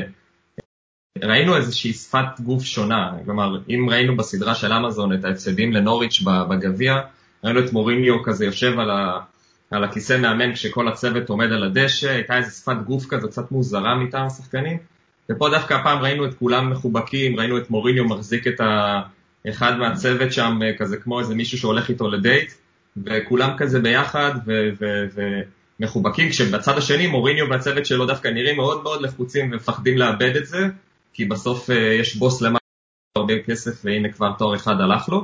שראינו איזושהי שפת גוף שונה, כלומר, אם ראינו בסדרה של אמזון את ההפסדים לנוריץ' בגביע, ראינו את מוריניו כזה יושב על הכיסא מאמן כשכל הצוות עומד על הדשא, הייתה איזו שפת גוף כזה קצת מוזרה מטעם השחקנים, ופה דווקא הפעם ראינו את כולם מחובקים, ראינו את מוריניו מחזיק את אחד מהצוות שם כזה כמו איזה מישהו שהולך איתו לדייט, וכולם כזה ביחד ומחובקים, כשבצד השני מוריניו והצוות שלו דווקא נראים מאוד מאוד לחוצים ומפחדים לאבד את זה, כי בסוף יש בוס למעלה הרבה כסף והנה כבר תואר אחד הלך לו.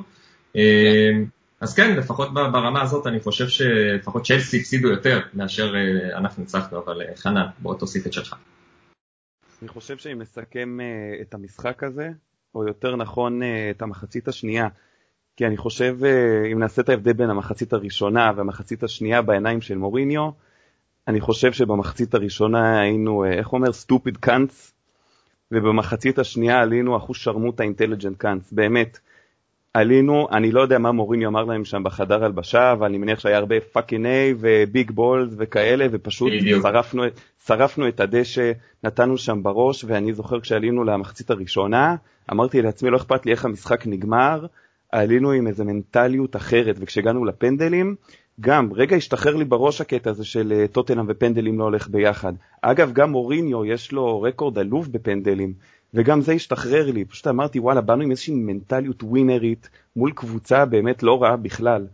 אז כן, לפחות ברמה הזאת אני חושב שלפחות צ'לסי הפסידו יותר מאשר אנחנו ניצחנו, אבל חנן, בוא תוסיף את שלך. אני חושב שאם נסכם את המשחק הזה, או יותר נכון את המחצית השנייה, כי אני חושב, אם נעשה את ההבדל בין המחצית הראשונה והמחצית השנייה בעיניים של מוריניו, אני חושב שבמחצית הראשונה היינו, איך אומר, stupid cunts, ובמחצית השנייה עלינו אחוז שרמוטה intelligent cunts, באמת. עלינו, אני לא יודע מה מוריניו אמר להם שם בחדר הלבשה, אבל אני מניח שהיה הרבה fucking A וביג בולס וכאלה, ופשוט שרפנו את הדשא, נתנו שם בראש, ואני זוכר כשעלינו למחצית הראשונה, אמרתי לעצמי לא אכפת לי איך המשחק נגמר, עלינו עם איזו מנטליות אחרת, וכשהגענו לפנדלים, גם רגע השתחרר לי בראש הקטע הזה של טוטנהאם ופנדלים לא הולך ביחד. אגב, גם מוריניו יש לו רקורד אלוף בפנדלים, וגם זה השתחרר לי, פשוט אמרתי וואלה, באנו עם איזושהי מנטליות ווינרית מול קבוצה באמת לא רעה בכלל,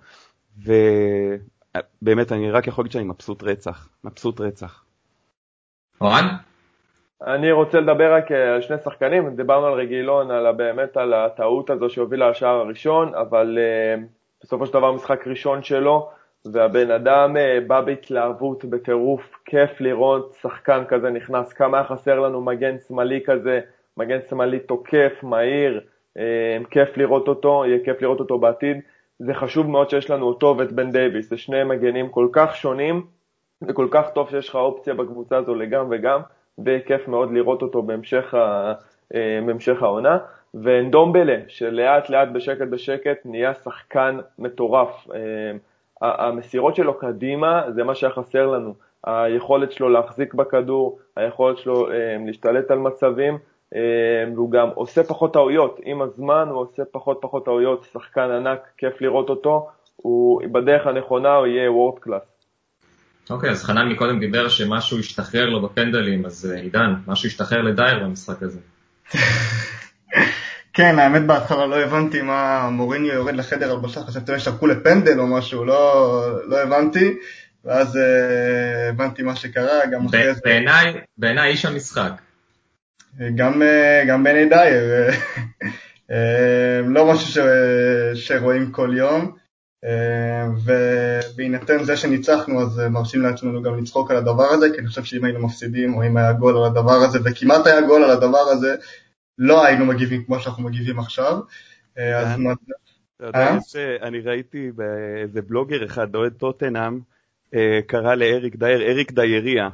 ובאמת אני רק יכול להגיד שאני מבסוט רצח. אוהד? אני רוצה לדבר רק על שני שחקנים, דיברנו על רגילון, באמת על הטעות הזו שהובילה לשער הראשון, אבל בסופו של דבר משחק ראשון שלו, והבן אדם בא בהתלהבות, בטירוף, כיף לראות שחקן כזה נכנס, כמה היה חסר לנו מגן שמאלי כזה, מגן שמאלי תוקף, מהיר, כיף לראות אותו, יהיה כיף לראות אותו בעתיד, זה חשוב מאוד שיש לנו אותו ואת בן דייביס, זה שני מגנים כל כך שונים, וכל כך טוב שיש לך אופציה בקבוצה הזו לגם וגם, וכיף מאוד לראות אותו בהמשך העונה, ואנדומבלה, שלאט לאט בשקט נהיה שחקן מטורף, המסירות שלו קדימה זה מה שחסר לנו, היכולת שלו להחזיק בכדור, היכולת שלו להשתלט על מצבים, והוא גם עושה פחות טעויות, עם הזמן הוא עושה פחות טעויות, שחקן ענק, כיף לראות אותו, הוא בדרך הנכונה הוא יהיה וורד קלאס. אוקיי, אז חנן מקודם דיבר שמשהו השתחרר לו בפנדלים, אז עידן, משהו השתחרר לדייר במשחק הזה. כן, האמת בהתחלה לא הבנתי מה מוריניו יורד לחדר הלבשה, חשבתי ששרקו לפנדל או משהו, לא הבנתי, ואז הבנתי מה שקרה, גם אחרי זה... בעיניי איש המשחק. גם בעיני דייר, לא משהו שרואים כל יום, ובהינתן זה שניצחנו אז מרשים לעצמנו גם לצחוק על הדבר הזה, כי אני חושב שאם היינו מפסידים או אם היה גול על הדבר הזה, וכמעט היה גול על הדבר הזה, לא היינו מגיבים כמו שאנחנו מגיבים עכשיו. אז מה... אתה יודע, אני ראיתי באיזה בלוגר אחד, אוהד טוטנהאם, קרא לאריק דייר, אריק דייריה.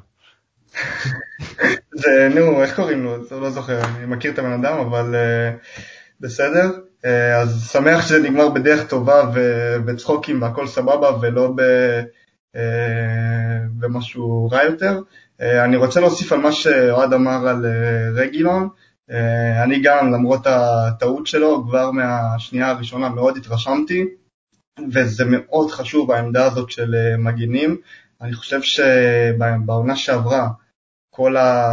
זה, נו, איך קוראים לו? לא זוכר, אני מכיר את הבן אדם, אבל בסדר. אז שמח שזה נגמר בדרך טובה וצחוקים והכל סבבה ולא במשהו רע יותר. אני רוצה להוסיף על מה שאוהד אמר על רגילון. אני גם, למרות הטעות שלו, כבר מהשנייה הראשונה מאוד התרשמתי, וזה מאוד חשוב העמדה הזאת של מגינים. אני חושב שבעונה שעברה, כל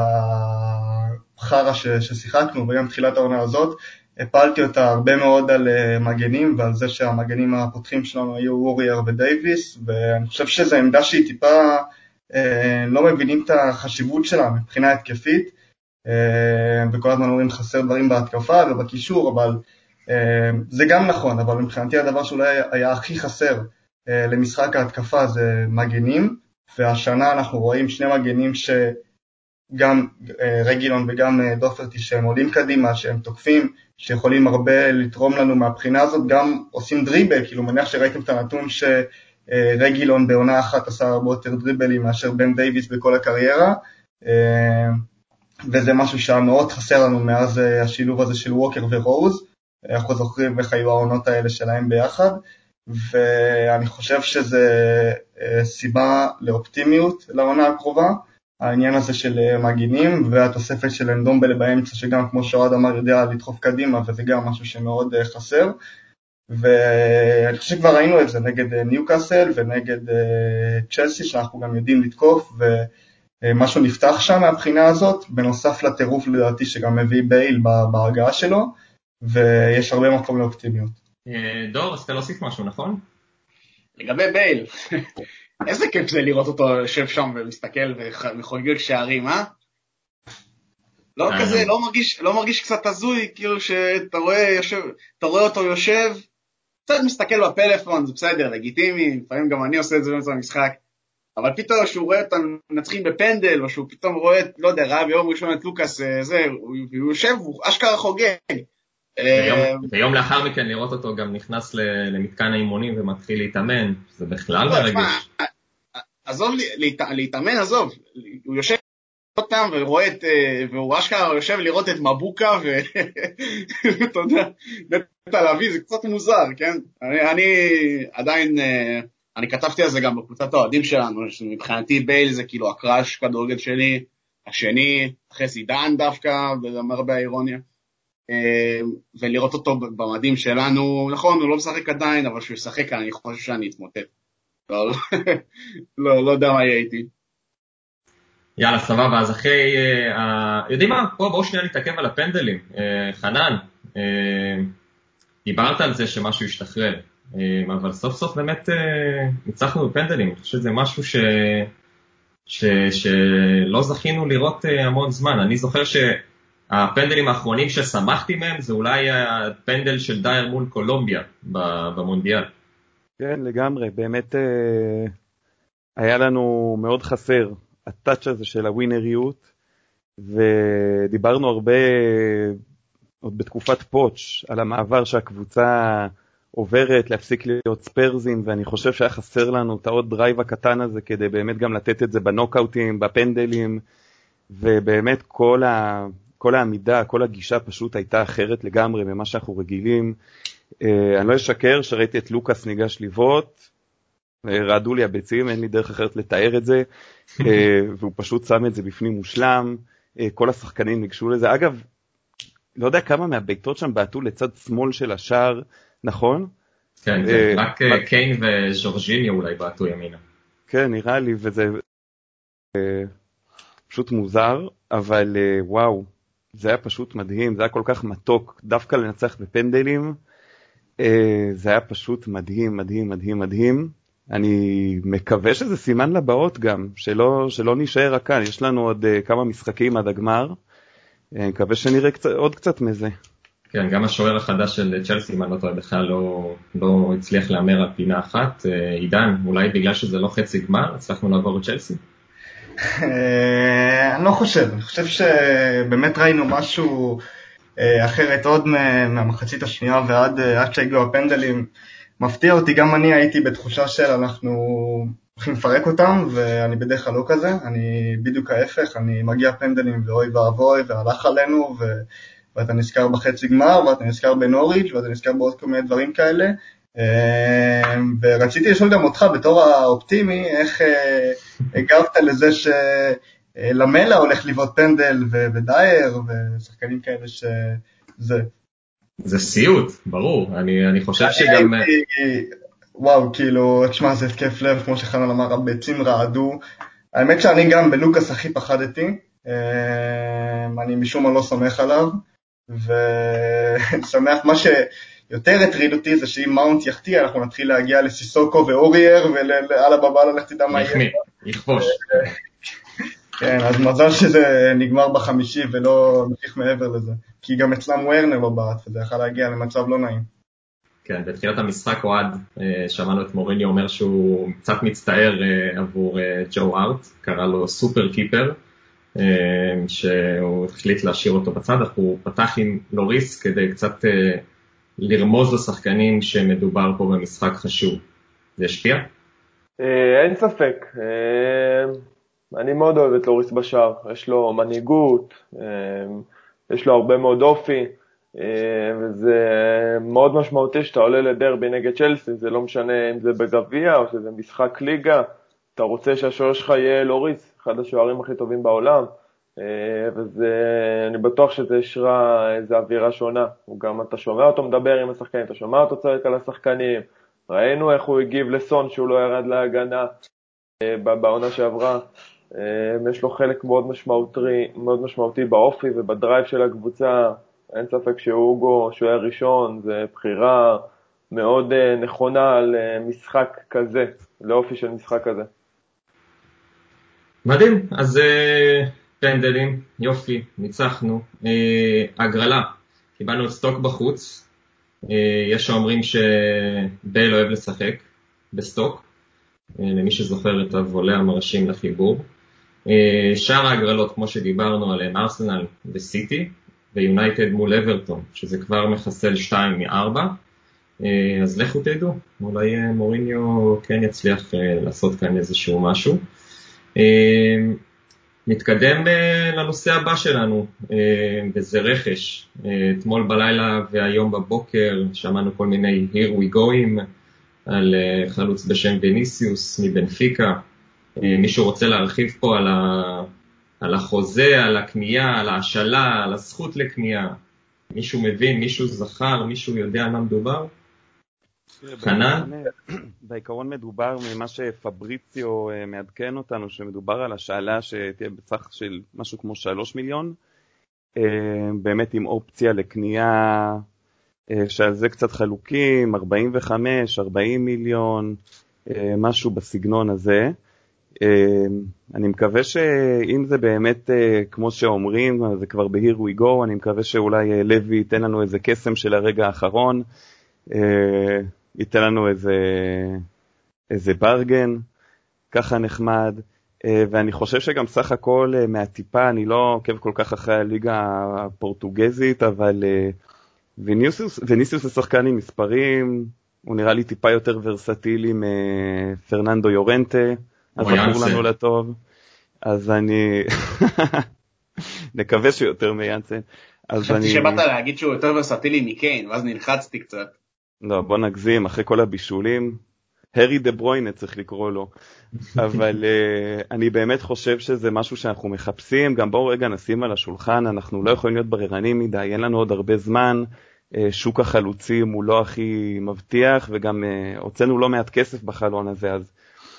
החרה ששיחקנו, וגם תחילת העונה הזאת, הפלתי אותה הרבה מאוד על מגנים, ועל זה שהמגנים הפותחים שלנו היו וורייר ודייביס, ואני חושב שזו עמדה שהיא טיפה לא מבינים את החשיבות שלה מבחינה התקפית, וכל הזמן אומרים חסר דברים בהתקפה ובקישור, אבל זה גם נכון, אבל מבחינתי הדבר שאולי היה הכי חסר למשחק ההתקפה זה מגנים, והשנה אנחנו רואים שני מגנים שגם רגילון וגם דופרטי שהם עולים קדימה, שהם תוקפים, שיכולים הרבה לתרום לנו מהבחינה הזאת, גם עושים דריבל, כאילו מניח שראיתם את הנתון שרגילון בעונה אחת עשה הרבה יותר דריבלים מאשר בן דייביס בכל הקריירה, וזה משהו שהיה מאוד חסר לנו מאז השילוב הזה של ווקר ורוז, אנחנו זוכרים איך היו העונות האלה שלהם ביחד, ואני חושב שזה סיבה לאופטימיות לעונה הקרובה, העניין הזה של מגינים והתוספת של אנדומבלה באמצע, שגם כמו שאוהד אמר יודע לדחוף קדימה, וזה גם משהו שמאוד חסר, ואני חושב שכבר ראינו את זה נגד ניוקאסל ונגד צ'לסי, שאנחנו גם יודעים לתקוף, ומשהו נפתח שם מהבחינה הזאת, בנוסף לטירוף לדעתי שגם מביא בייל בהגעה שלו, ויש הרבה מקום לאופטימיות. דור, אז אתה להוסיף משהו, נכון? לגבי בייל, איזה כיף זה לראות אותו יושב שם ומסתכל וחוגג שערים, אה? לא כזה, לא מרגיש קצת הזוי, כאילו שאתה רואה אותו יושב, קצת מסתכל בפלאפון, זה בסדר, לגיטימי, לפעמים גם אני עושה את זה באמצע המשחק, אבל פתאום שהוא רואה את הנצחים בפנדל, או שהוא פתאום רואה, לא יודע, ראה ביום ראשון את לוקאס, הוא יושב, הוא אשכרה חוגג. ויום לאחר מכן לראות אותו גם נכנס למתקן האימונים ומתחיל להתאמן, זה בכלל מרגש. עזוב, להתאמן, עזוב, הוא יושב אותם והוא אשכרה יושב לראות את מבוקה, ואתה יודע, נטע לביא, זה קצת מוזר, כן? אני עדיין, אני כתבתי על זה גם בקבוצת האוהדים שלנו, מבחינתי בייל זה כאילו הקראש כדורגל שלי, השני, אחרי זידן דווקא, וזה אומר באירוניה. ולראות אותו במדים שלנו, נכון, הוא לא משחק עדיין, אבל שהוא ישחק, אני חושב שאני אתמוטט. לא יודע מה יהיה איתי. יאללה, סבבה, אז אחרי יודעים מה? בואו שנייה נתעכב על הפנדלים. חנן, דיברת על זה שמשהו ישתחרר, אבל סוף סוף באמת ניצחנו בפנדלים. אני חושב שזה משהו שלא זכינו לראות המון זמן. אני זוכר שהפנדלים האחרונים ששמחתי מהם זה אולי הפנדל של דייר מול קולומביה במונדיאל. כן, לגמרי. באמת היה לנו מאוד חסר הטאץ' הזה של הווינריות, ודיברנו הרבה עוד בתקופת פוץ' על המעבר שהקבוצה עוברת להפסיק להיות ספרזים, ואני חושב שהיה חסר לנו את העוד דרייב הקטן הזה כדי באמת גם לתת את זה בנוקאוטים, בפנדלים, ובאמת כל העמידה, כל הגישה פשוט הייתה אחרת לגמרי ממה שאנחנו רגילים. אני לא אשקר שראיתי את לוקאס ניגש ליוות, רעדו לי הביצים, אין לי דרך אחרת לתאר את זה, והוא פשוט שם את זה בפנים מושלם, כל השחקנים ניגשו לזה. אגב, לא יודע כמה מהביתות שם בעטו לצד שמאל של השער, נכון? כן, רק קיין וז'ורג'יניו אולי בעטו ימינה. כן, נראה לי, וזה פשוט מוזר, אבל וואו, זה היה פשוט מדהים, זה היה כל כך מתוק, דווקא לנצח בפנדלים, זה היה פשוט מדהים, מדהים, מדהים, מדהים. אני מקווה שזה סימן לבאות גם, שלא נשאר רק כאן, יש לנו עוד כמה משחקים עד הגמר, אני מקווה שנראה עוד קצת מזה. כן, גם השוער החדש של צ'לסי, אם אני לא טועה, בכלל לא הצליח לאמר על פינה אחת. עידן, אולי בגלל שזה לא חצי גמר, הצלחנו לעבור את צ'לסי? אני לא חושב, אני חושב שבאמת ראינו משהו אחרת עוד מהמחצית השנייה ועד שהגיעו הפנדלים. מפתיע אותי, גם אני הייתי בתחושה של אנחנו הולכים לפרק אותם, ואני בדרך כלל לא כזה, אני בדיוק ההפך, אני מגיע פנדלים ואוי ואבוי והלך עלינו, ואתה נזכר בחצי גמר, ואתה נזכר בנוריץ', ואתה נזכר בעוד כל מיני דברים כאלה, ורציתי לשאול גם אותך בתור האופטימי, איך הגבת לזה שלמלה הולך לבעוט פנדל ודייר ושחקנים כאלה שזה... זה סיוט, ברור. אני חושב שגם... וואו, כאילו, תשמע, זה התקף לב, כמו שחנן אמר, הביצים רעדו. האמת שאני גם בלוקאס הכי פחדתי, אני משום מה לא סומך עליו, ושמח, מה שיותר הטריד אותי זה שאם מאונט יחטיא, אנחנו נתחיל להגיע לסיסוקו ואורייר, ועל הבבא לך תדע מה יהיה. יכבוש. כן, אז מזל שזה נגמר בחמישי ולא נמשיך מעבר לזה, כי גם אצלם ורנר לא בעט, וזה יכול להגיע למצב לא נעים. כן, בתחילת המשחק אוהד, שמענו את מוריניו אומר שהוא קצת מצטער עבור ג'ו ארט, קרא לו סופר קיפר, שהוא החליט להשאיר אותו בצד, אך הוא פתח עם לוריס כדי קצת לרמוז לשחקנים שמדובר פה במשחק חשוב. זה השפיע? אין ספק. אני מאוד אוהב את לוריס בשער, יש לו מנהיגות, יש לו הרבה מאוד אופי, וזה מאוד משמעותי שאתה עולה לדרבי נגד צ'לסי, זה לא משנה אם זה בגביע או שזה משחק ליגה, אתה רוצה שהשוער שלך יהיה לוריס, אחד השוערים הכי טובים בעולם, ואני בטוח שזה ישרה איזו אווירה שונה, וגם אתה שומע אותו מדבר עם השחקנים, אתה שומע אותו צועק על השחקנים, ראינו איך הוא הגיב לסון שהוא לא ירד להגנה בעונה שעברה, יש לו חלק מאוד משמעותי באופי ובדרייב של הקבוצה, אין ספק שאוגו, שהוא היה ראשון, זה בחירה מאוד נכונה למשחק כזה, לאופי של משחק כזה. מדהים, אז פנדלים, יופי, ניצחנו. הגרלה, קיבלנו את סטוק בחוץ, יש שאומרים שבל אוהב לשחק בסטוק, למי שזוכר את הוולה המרשים לחיבור. שאר ההגרלות, כמו שדיברנו עליהם, ארסנל וסיטי, ויונייטד מול אברטון, שזה כבר מחסל 2 מ-4, אז לכו תדעו, אולי מוריניו כן יצליח לעשות כאן איזשהו משהו. נתקדם לנושא הבא שלנו, וזה רכש. אתמול בלילה והיום בבוקר שמענו כל מיני here we going, על חלוץ בשם ויניסיוס מבנפיקה. מישהו רוצה להרחיב פה על החוזה, על הקנייה, על ההשאלה, על הזכות לקנייה? מישהו מבין, מישהו זכר, מישהו יודע מה מדובר? חנן? בעיקרון מדובר ממה שפבריציו מעדכן אותנו, שמדובר על השאלה שתהיה בסך של משהו כמו 3 מיליון, באמת עם אופציה לקנייה, שעל זה קצת חלוקים, 45, 40 מיליון, משהו בסגנון הזה. אני מקווה שאם זה באמת כמו שאומרים, זה כבר ב-Here we go, אני מקווה שאולי לוי ייתן לנו איזה קסם של הרגע האחרון, ייתן לנו איזה ברגן, ככה נחמד, ואני חושב שגם סך הכל מהטיפה, אני לא עוקב כל כך אחרי הליגה הפורטוגזית, אבל ויניסיוס זה שחקן עם מספרים, הוא נראה לי טיפה יותר ורסטילי מפרננדו יורנטה, אז עבור לנו לטוב, אז אני נקווה שיותר מיאנסן. חשבתי שבאת להגיד שהוא יותר ורסטילי מקיין, ואז נלחצתי קצת. לא, בוא נגזים, אחרי כל הבישולים, הרי דה ברוינה צריך לקרוא לו, אבל אני באמת חושב שזה משהו שאנחנו מחפשים, גם בואו רגע נשים על השולחן, אנחנו לא יכולים להיות בררנים מדי, אין לנו עוד הרבה זמן, שוק החלוצים הוא לא הכי מבטיח, וגם הוצאנו לא מעט כסף בחלון הזה, אז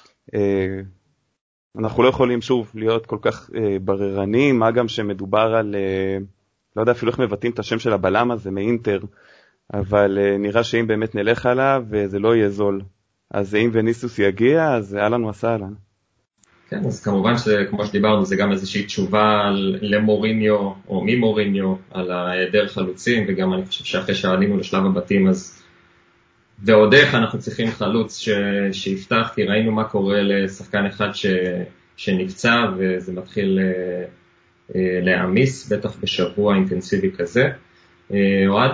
אנחנו לא יכולים שוב להיות כל כך בררנים, מה גם שמדובר על, לא יודע אפילו איך מבטאים את השם של הבלם הזה מאינטר, אבל נראה שאם באמת נלך עליו, זה לא יהיה זול. אז אם ויניסיוס יגיע, אז אהלן וסהלן. כן, אז כמובן שכמו שדיברנו, זה גם איזושהי תשובה למוריניו, או ממוריניו, על היעדר חלוצים, וגם אני חושב שאחרי שעלינו לשלב הבתים, אז ועוד איך אנחנו צריכים חלוץ שיפתח, כי ראינו מה קורה לשחקן אחד שנפצע, וזה מתחיל להעמיס, בטח בשבוע אינטנסיבי כזה. אוהד?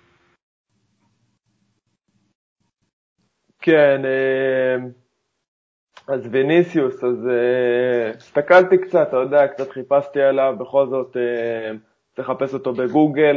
כן, אז ויניסיוס, אז הסתכלתי קצת, אתה יודע, קצת חיפשתי עליו, בכל זאת צריך לחפש אותו בגוגל.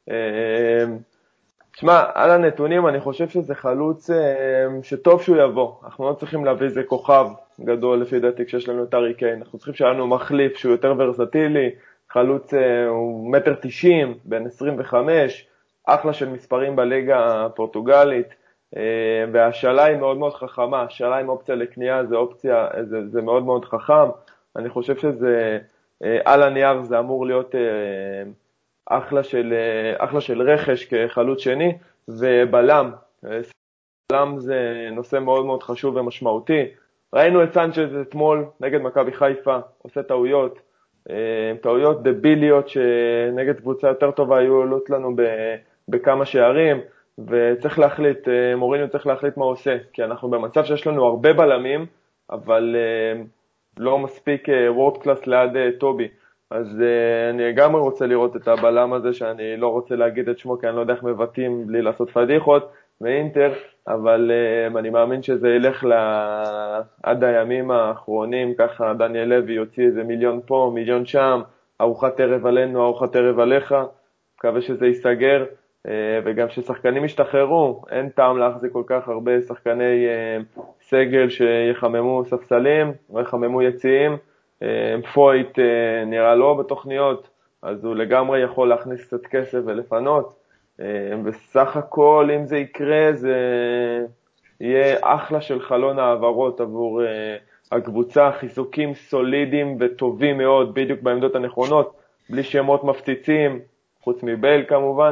תשמע, על הנתונים אני חושב שזה חלוץ שטוב שהוא יבוא, אנחנו לא צריכים להביא איזה כוכב גדול לפי דעתי כשיש לנו את ארי קיין, אנחנו צריכים שיהיה לנו מחליף שהוא יותר ורסטילי, חלוץ הוא 1.90 מטר, בין 25, אחלה של מספרים בליגה הפורטוגלית, והשאלה היא מאוד מאוד חכמה, השאלה עם אופציה לקנייה זה מאוד מאוד חכם, אני חושב שזה על הנייר זה אמור להיות אחלה של רכש כחלוץ שני, ובלם, בלם זה נושא מאוד מאוד חשוב ומשמעותי, ראינו את סנצ'ז אתמול נגד מכבי חיפה, עושה טעויות דביליות שנגד קבוצה יותר טובה היו עולות לנו בכמה שערים, וצריך להחליט, מוריניו צריך להחליט מה עושה, כי אנחנו במצב שיש לנו הרבה בלמים, אבל לא מספיק וורד קלאס ליד טובי, אז אני גם רוצה לראות את הבלם הזה, שאני לא רוצה להגיד את שמו, כי אני לא יודע איך מבטאים בלי לעשות פדיחות, מאינטר, אבל אני מאמין שזה ילך עד הימים האחרונים, ככה דניאל לוי יוציא איזה מיליון פה, מיליון שם, ארוחת ערב עלינו, ארוחת ערב עליך, מקווה שזה ייסגר, וגם ששחקנים ישתחררו, אין טעם להחזיק כל כך הרבה שחקני סגל שיחממו ספסלים, או יחממו יציאים, פויט נראה לא בתוכניות, אז הוא לגמרי יכול להכניס קצת כסף ולפנות, בסך הכל אם זה יקרה זה יהיה אחלה של חלון העברות עבור הקבוצה, חיזוקים סולידיים וטובים מאוד בדיוק בעמדות הנכונות, בלי שמות מפציצים, חוץ מבייל כמובן,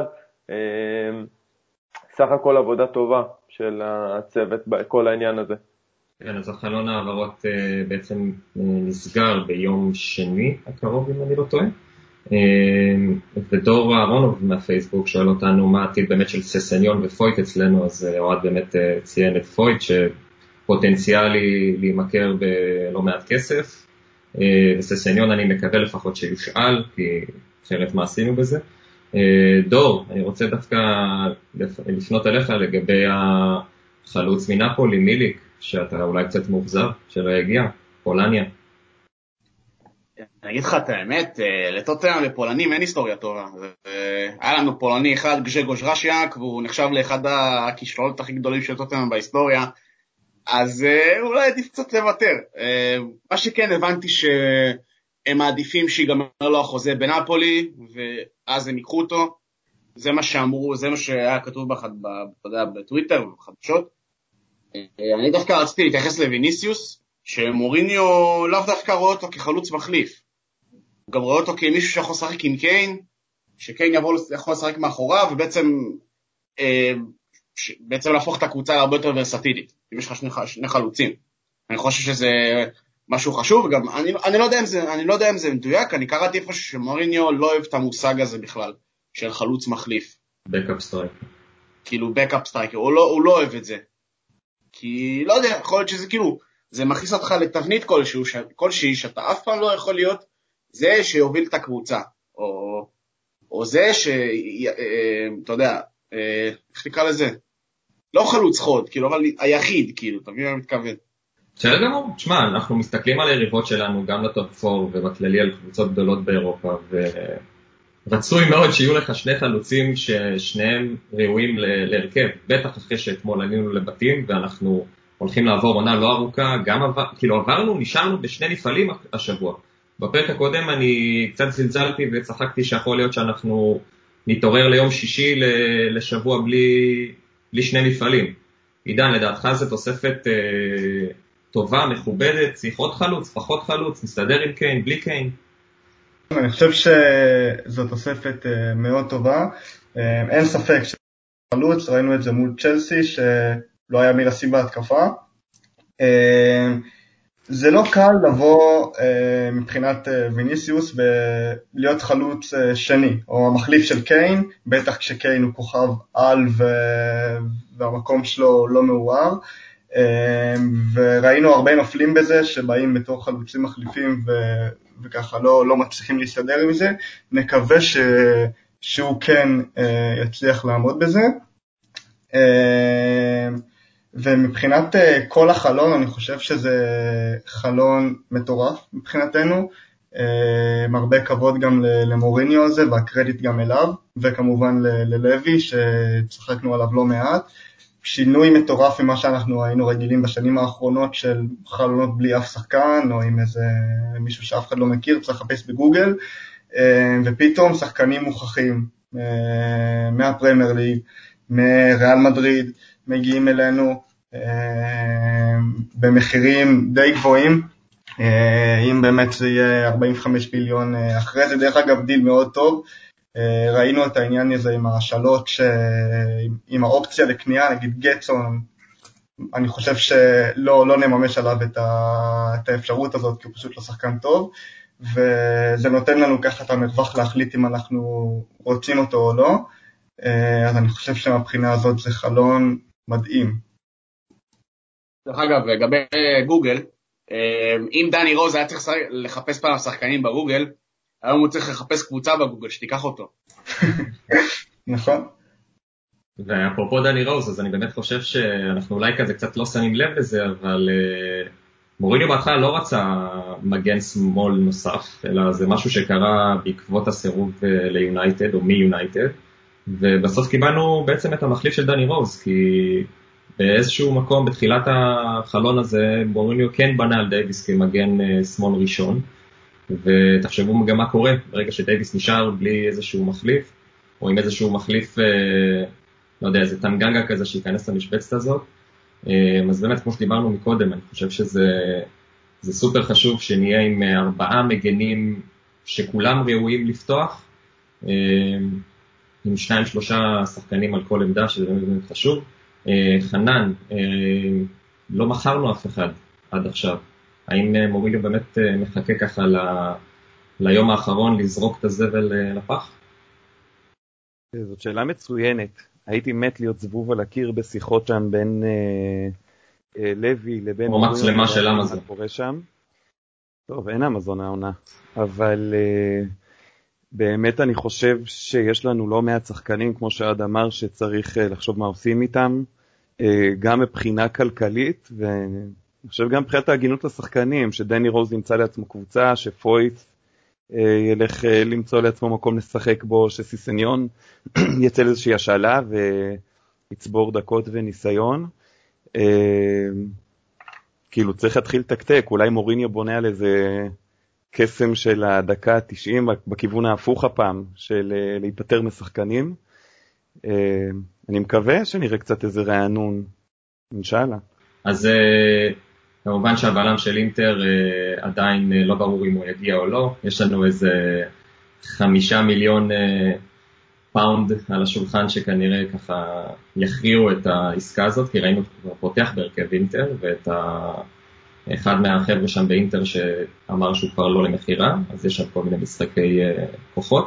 סך הכל עבודה טובה של הצוות בכל העניין הזה. כן, אז החלון העברות בעצם נסגר ביום שני הקרוב, אם אני לא טועה. ודור אהרונוב מהפייסבוק שואל אותנו מה העתיד באמת של ססניון ופויט אצלנו, אז אוהד באמת ציין את פויט שפוטנציאלי להימכר בלא מעט כסף, וססניון אני מקווה לפחות שיושאל, כי אחרת מה עשינו בזה. דור, אני רוצה דווקא לפנות אליך לגבי החלוץ מנאפולי, מיליק, שאתה אולי קצת מאוכזב שלא הגיע, פולניה. אני אגיד לך את האמת, לטוטנהאם לפולנים אין היסטוריה טובה. היה לנו פולני אחד, גז'גוש רשיאק, והוא נחשב לאחד הכישלונות הכי גדולים של טוטנהאם בהיסטוריה, אז אולי עדיף קצת לוותר. מה שכן הבנתי שהם מעדיפים שיגמר לו החוזה בנאפולי, ואז הם ייקחו אותו. זה מה שאמרו, זה מה שהיה כתוב בטוויטר ובחדשות. אני דווקא רציתי להתייחס לויניסיוס, שמוריניו לאו דווקא רואה אותו כחלוץ מחליף. הוא גם רואה אותו כמישהו שיכול לשחק עם קיין, שקיין יכול לשחק מאחוריו, ובעצם להפוך את הקבוצה להרבה יותר ורסטילית, אם יש לך שני חלוצים. אני חושב שזה משהו חשוב, וגם אני לא יודע אם זה מדויק, אני קראתי איפה שמוריניו לא אוהב את המושג הזה בכלל, של חלוץ מחליף. בקאפ סטרייקר. כאילו בקאפ סטרייקר, הוא לא אוהב את זה. כי לא יודע, יכול להיות שזה כאילו, זה מכניס אותך לתבנית כלשהי, שאתה אף פעם לא יכול להיות זה שיוביל את הקבוצה, או זה אתה יודע, איך נקרא לזה? לא חלוץ חוד, כאילו, אבל היחיד, כאילו, אתה מבין מה אני מתכוון? בסדר גמור, תשמע, אנחנו מסתכלים על היריבות שלנו, גם לטופ 4 ובכללי על קבוצות גדולות באירופה, ורצוי מאוד שיהיו לך שני חלוצים ששניהם ראויים להרכב, בטח אחרי שאתמול עלינו לבתים, ואנחנו הולכים לעבור עונה לא ארוכה, כאילו נשארנו בשני נפעלים השבוע. בפרק הקודם אני קצת זלזלתי וצחקתי שיכול להיות שאנחנו נתעורר ליום שישי לשבוע בלי שני מפעלים. עידן, לדעתך זה תוספת טובה, מכובדת, צריך עוד חלוץ, פחות חלוץ, מסתדר עם קיין, בלי קיין? אני חושב שזו תוספת מאוד טובה. אין ספק שחלוץ, ראינו את זה מול צ'לסי, שלא היה מי לשים בהתקפה. זה לא קל לבוא מבחינת ויניסיוס ולהיות חלוץ שני, או המחליף של קיין, בטח כשקיין הוא כוכב על והמקום שלו לא מעורר, וראינו הרבה נופלים בזה שבאים בתור חלוצים מחליפים וככה לא מצליחים להסתדר עם זה. נקווה שהוא כן יצליח לעמוד בזה. ומבחינת כל החלון, אני חושב שזה חלון מטורף מבחינתנו, הרבה כבוד גם למוריניו הזה, והקרדיט גם אליו, וכמובן ללוי שצחקנו עליו לא מעט. שינוי מטורף ממה שאנחנו היינו רגילים בשנים האחרונות של חלונות בלי אף שחקן, או עם איזה מישהו שאף אחד לא מכיר, צריך לחפש בגוגל, ופתאום שחקנים מוכחים מהפרמייר ליג, מריאל מדריד, מגיעים אלינו במחירים די גבוהים, אם באמת זה יהיה 45 מיליון אחרי זה, דרך אגב דיל מאוד טוב. ראינו את העניין הזה עם השאלות, עם האופציה לקנייה, נגיד גטסון, אני חושב שלא נממש עליו את האפשרות הזאת, כי הוא פשוט לא שחקן טוב, וזה נותן לנו ככה את המרווח להחליט אם אנחנו רוצים אותו או לא. אז אני חושב שמבחינה הזאת זה חלון מדהים. דרך אגב, לגבי גוגל, אם דני רוז היה צריך לחפש פעם שחקנים בגוגל, היום הוא צריך לחפש קבוצה בגוגל שתיקח אותו. נכון. ואפרופו דני רוז, אז אני באמת חושב שאנחנו אולי כזה קצת לא שמים לב לזה, אבל מוריניו בהתחלה לא רצה מגן שמאל נוסף, אלא זה משהו שקרה בעקבות הסירוב ליונייטד או מיונייטד, ובסוף קיבלנו בעצם את המחליף של דני רוז, כי באיזשהו מקום בתחילת החלון הזה מוריניו כן בנה על דייביס כמגן שמאל ראשון, ותחשבו גם מה קורה ברגע שדייביס נשאר בלי איזשהו מחליף, או עם איזשהו מחליף, לא יודע, איזה טנגנגה כזה שייכנס למשבצת הזאת. אז באמת, כמו שדיברנו מקודם, אני חושב שזה סופר חשוב שנהיה עם 4 מגנים שכולם ראויים לפתוח, עם 2-3 שחקנים על כל עמדה, שזה באמת חשוב. חנן, לא מכרנו אף אחד עד עכשיו. האם מוריניו באמת מחכה ככה ליום האחרון לזרוק את הזבל לפח? זאת שאלה מצוינת. הייתי מת להיות זבוב על הקיר בשיחות שם בין לוי לבין... או מצלמה של אמזון. טוב, אין אמזון העונה. אבל באמת אני חושב שיש לנו לא מעט שחקנים, כמו שעד אמר, שצריך לחשוב מה עושים איתם, גם מבחינה כלכלית, ואני חושב גם מבחינת ההגינות לשחקנים, שדני רוז ימצא לעצמו קבוצה, שפויט ילך למצוא לעצמו מקום לשחק בו, שסיסניון יצא לאיזושהי השאלה ויצבור דקות וניסיון. כאילו צריך להתחיל תקתק, אולי מוריניו בונה על איזה קסם של הדקה ה-90 בכיוון ההפוך הפעם, של להיפטר משחקנים. אני מקווה שנראה קצת איזה רענון, אינשאללה. אז כמובן שהבעלם של אינטר עדיין לא ברור אם הוא יגיע או לא. יש לנו איזה 5 מיליון פאונד על השולחן שכנראה ככה יכריעו את העסקה הזאת, כי ראינו כבר פותח בהרכב אינטר, ואת אחד מהחבר'ה שם באינטר שאמר שהוא כבר לא למחירה, אז יש שם כל מיני משחקי כוחות.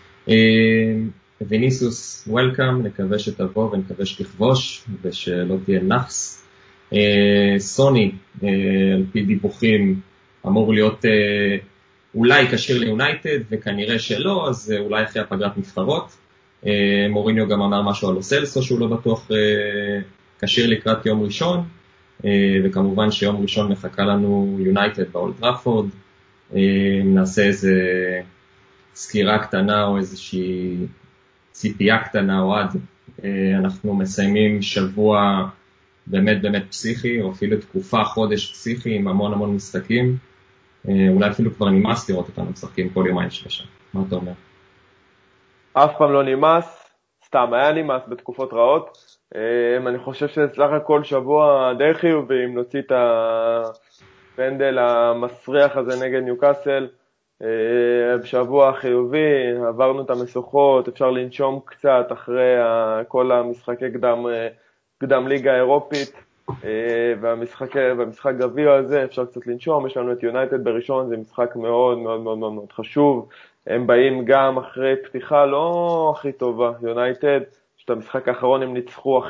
ויניסיוס, וולקאם, נקווה שתבוא ונקווה שתכבוש ושלא תהיה נחס. סוני, על פי דיווחים, אמור להיות אולי קשיר ליונייטד, וכנראה שלא, אז אולי אחרי הפגרת נבחרות. מוריניו גם אמר משהו על לוסלסו שהוא לא בטוח קשיר לקראת יום ראשון, וכמובן שיום ראשון מחכה לנו יונייטד באולד טראפורד. נעשה איזה סקירה קטנה או איזושהי ציפייה קטנה או עד. אנחנו מסיימים שבוע באמת באמת פסיכי, או אפילו תקופה, חודש פסיכי עם המון המון משחקים. אולי אפילו כבר נמאס לראות אותנו משחקים כל יומיים שלושה. מה אתה אומר? אף פעם לא נמאס, סתם היה נמאס בתקופות רעות. אני חושב שסך הכל שבוע די חיובי אם נוציא את הפנדל המסריח הזה נגד ניוקאסל. בשבוע חיובי, עברנו את המשוכות, אפשר לנשום קצת אחרי כל המשחקי קדם ליגה אירופית, והמשחק גביע הזה אפשר קצת לנשום. יש לנו את יונייטד בראשון, זה משחק מאוד מאוד מאוד מאוד חשוב. הם באים גם אחרי פתיחה לא הכי טובה, יונייטד, שאת המשחק האחרון הם ניצחו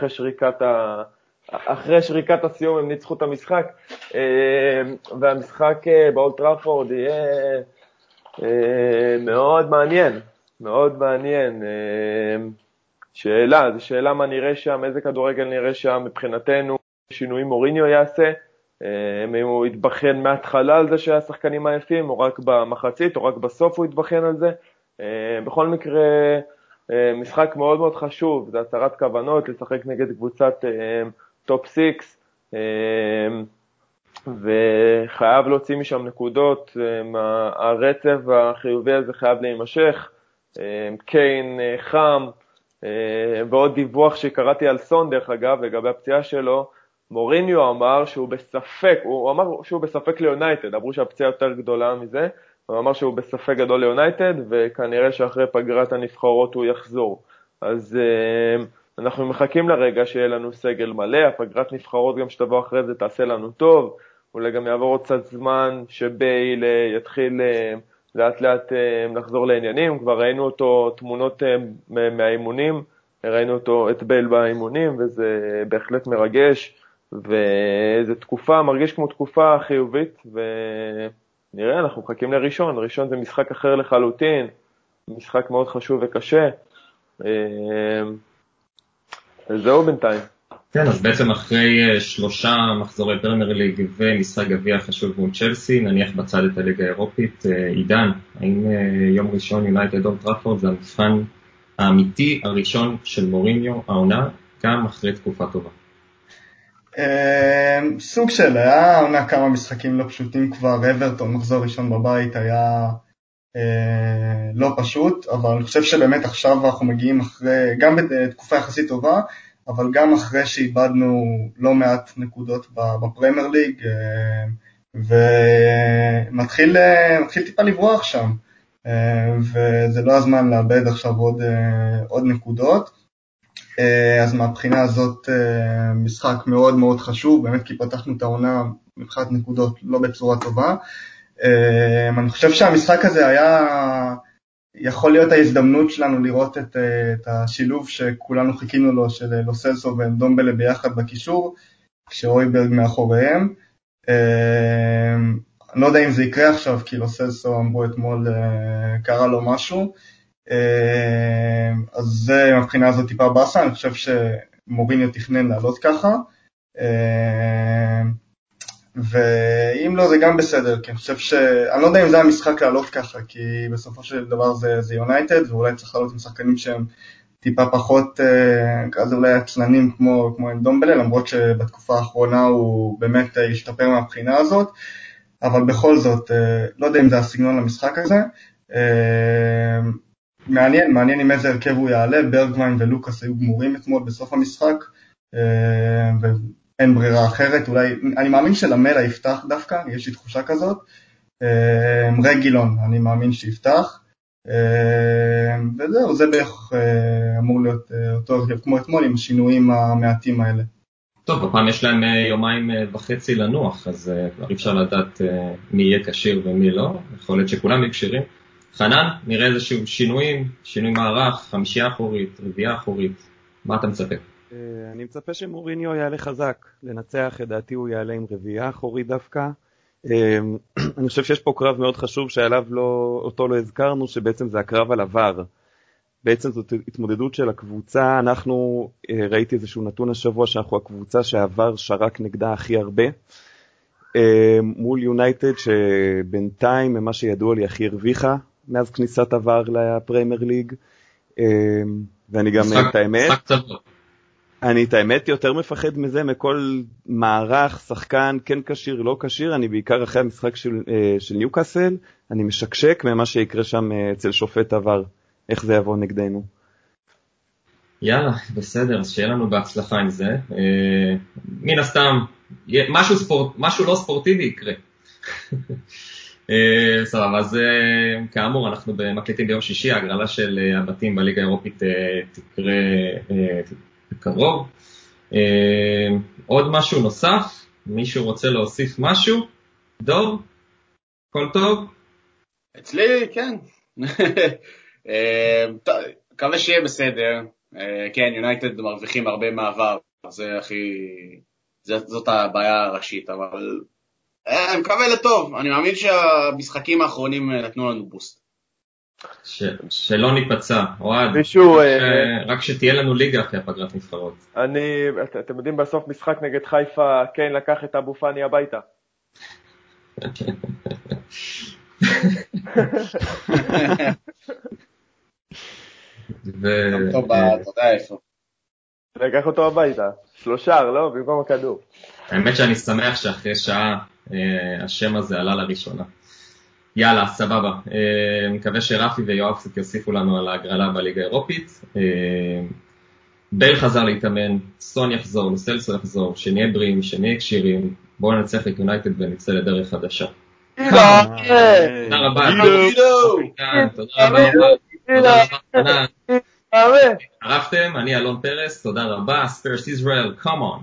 אחרי שריקת הסיום הם ניצחו את המשחק, והמשחק באולד טראפורד יהיה מאוד מעניין, מאוד מעניין. זו שאלה מה נראה שם, איזה כדורגל נראה שם, מבחינתנו שינויים מוריניו יעשה, אם הוא יתבחן מההתחלה על זה שהשחקנים עייפים, או רק במחצית, או רק בסוף הוא יתבחן על זה. בכל מקרה, משחק מאוד מאוד חשוב, זה הצהרת כוונות, לשחק נגד קבוצת טופ 6, וחייב להוציא משם נקודות, הרצף החיובי הזה חייב להימשך. קיין חם, ועוד דיווח שקראתי על סון דרך אגב, לגבי הפציעה שלו, מוריניו אמר שהוא בספק, הוא אמר שהוא בספק ליונייטד, אמרו שהפציעה יותר גדולה מזה, הוא אמר שהוא בספק גדול ליונייטד, וכנראה שאחרי פגרת הנבחרות הוא יחזור. אז אנחנו מחכים לרגע שיהיה לנו סגל מלא, הפגרת נבחרות גם שתבוא אחרי זה תעשה לנו טוב, אולי גם יעבור עוד קצת זמן שבייל יתחיל לאט לאט לחזור לעניינים, כבר ראינו אותו תמונות מהאימונים, ראינו אותו את בייל באימונים, וזה בהחלט מרגש, וזו תקופה, מרגיש כמו תקופה חיובית, ונראה, אנחנו מחכים לראשון. ראשון זה משחק אחר לחלוטין, משחק מאוד חשוב וקשה, וזהו בינתיים. כן, אז בעצם אחרי 3 מחזורי פרמייר ליג ומשחק גביע חשוב מול צ'לסי, נניח בצד את הליגה האירופית. עידן, האם יום ראשון יונייטד אולד טראפורד זה המבחן האמיתי הראשון של מוריניו העונה, גם אחרי תקופה טובה? סוג של, היה עונה כמה משחקים לא פשוטים כבר, אברטון מחזור ראשון בבית היה לא פשוט, אבל אני חושב שבאמת עכשיו אנחנו מגיעים אחרי, גם בתקופה יחסית טובה, אבל גם אחרי שאיבדנו לא מעט נקודות בפרמייר ליג, ומתחיל טיפה לברוח שם, וזה לא הזמן לאבד עכשיו עוד נקודות. אז מהבחינה הזאת משחק מאוד מאוד חשוב, באמת כי פתחנו את העונה מבחינת נקודות לא בצורה טובה. אני חושב שהמשחק הזה יכול להיות ההזדמנות שלנו לראות את השילוב שכולנו חיכינו לו, של לוסלסו ודומבלה ביחד בקישור, כשאויברג מאחוריהם. אני לא יודע אם זה יקרה עכשיו, כי לוסלסו אמרו אתמול קרה לו משהו, אז זה מבחינה הזאת טיפה בסה. אני חושב שמוריניו תכנן לעלות ככה, ואם לא זה גם בסדר, כי אני חושב אני לא יודע אם זה המשחק לעלות ככה, כי בסופו של דבר זה יונייטד, ואולי צריך לעלות עם שחקנים שהם טיפה פחות כזה אולי עצלנים כמו עם דומבלה, למרות שבתקופה האחרונה הוא באמת השתפר מהבחינה הזאת, אבל בכל זאת לא יודע אם זה הסגנון למשחק הזה. מעניין עם איזה הרכב הוא יעלה. ברגווין ולוקאס היו גמורים אתמול בסוף המשחק, ואין ברירה אחרת. אולי, אני מאמין שלמלה יפתח דווקא, יש לי תחושה כזאת. רגילון, אני מאמין שיפתח. וזהו, זה בערך אמור להיות אותו כמו אתמול עם השינויים המעטים האלה. טוב, בפעם יש להם יומיים וחצי לנוח, אז כבר אי אפשר לדעת מי יהיה כשיר ומי לא, יכול להיות שכולם יהיו כשירים. חנן, נראה איזשהו שינוי מערך, 5 אחורית, 4 אחורית, מה אתה מצפה? אני מצפה שמוריניו יעלה חזק, לנצח, לדעתי הוא יעלה עם 4 אחורית דווקא. אני חושב שיש פה קרב מאוד חשוב שעליו אותו לא הזכרנו, שבעצם זה הקרב על עבר. בעצם זאת התמודדות של הקבוצה, אנחנו ראיתי איזשהו נתון השבוע שאנחנו הקבוצה שעבר שרק נגדה הכי הרבה, מול יונייטד שבינתיים ממה שידוע לי הכי הרוויחה מאז כניסת עבר לפריימר ליג, ואני גם את האמת, אני את האמת יותר מפחד מזה, מכל מערך, שחקן, כן קשיר, לא קשיר, אני בעיקר אחרי המשחק של ניוקאסל, אני משקשק ממה שיקרה שם אצל שופט עבר. איך זה יבוא נגדנו. יאללה, בסדר, אז שיהיה לנו בהצלחה עם זה. מן הסתם, משהו לא ספורטיבי יקרה. סבבה, אז כאמור, אנחנו מקליטים ביום שישי, ההגרלה של הבתים בליגה האירופית תקרה בקרוב. עוד משהו נוסף? מישהו רוצה להוסיף משהו? דור? כל טוב? אצלי, כן. מקווה שיהיה בסדר. כן, יונייטד מרוויחים הרבה מעבר, זאת הבעיה הראשית, אבל אני מקווה לטוב. אני מאמין שהמשחקים האחרונים נתנו לנו בוסט. שלא ניפצע, אוהד, רק שתהיה לנו ליגה אחרי הפגרת נבחרות. אתם יודעים, בסוף משחק נגד חיפה, כן, לקח את אבו פאני הביתה. אתה יודע איפה. לקח אותו הביתה, 3, לא? במקום הכדור. האמת שאני שמח שאחרי שעה השם הזה עלה לראשונה. יאללה, סבבה. מקווה שרפי ויואב קצת יוסיפו לנו על ההגרלה בליגה האירופית. בל חזר להתאמן, סון יחזור, לסלסו יחזור, שנהיה בריאים, שנהיה קשירים. בואו ננצח את יונייטד ונצא לדרך חדשה. תודה רבה. תודה רבה. ערפתם, אני אלון פרס, תודה רבה. Spurs Israel, come on.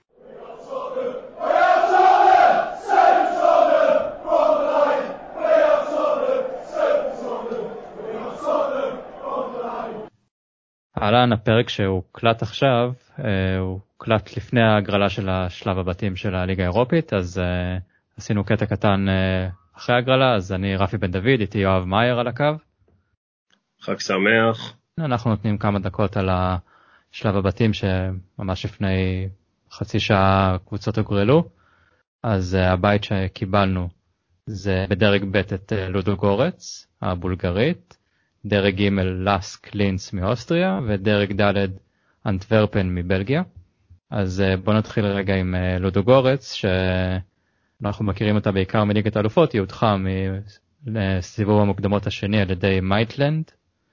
אהלן, הפרק שהוא קלט עכשיו, הוא קלט לפני ההגרלה של השלב הבתים של הליגה האירופית, אז עשינו קטע קטן אחרי ההגרלה, אז אני רפי בן דוד, איתי יואב מאייר על הקו. חג שמח. אנחנו נותנים כמה דקות על השלב הבתים שממש לפני חצי שעה קבוצות הגרלו, אז הבית שקיבלנו זה בדרג ב' את לודו גורץ, הבולגרית, דרג ג' לסק לינץ מאוסטריה, ודרג ד' אנטוורפן מבלגיה. אז בואו נתחיל רגע עם לודו גורץ, שאנחנו מכירים אותה בעיקר מליגת האלופות, היא הודחה לסיבוב המוקדמות השני על ידי מייטלנד,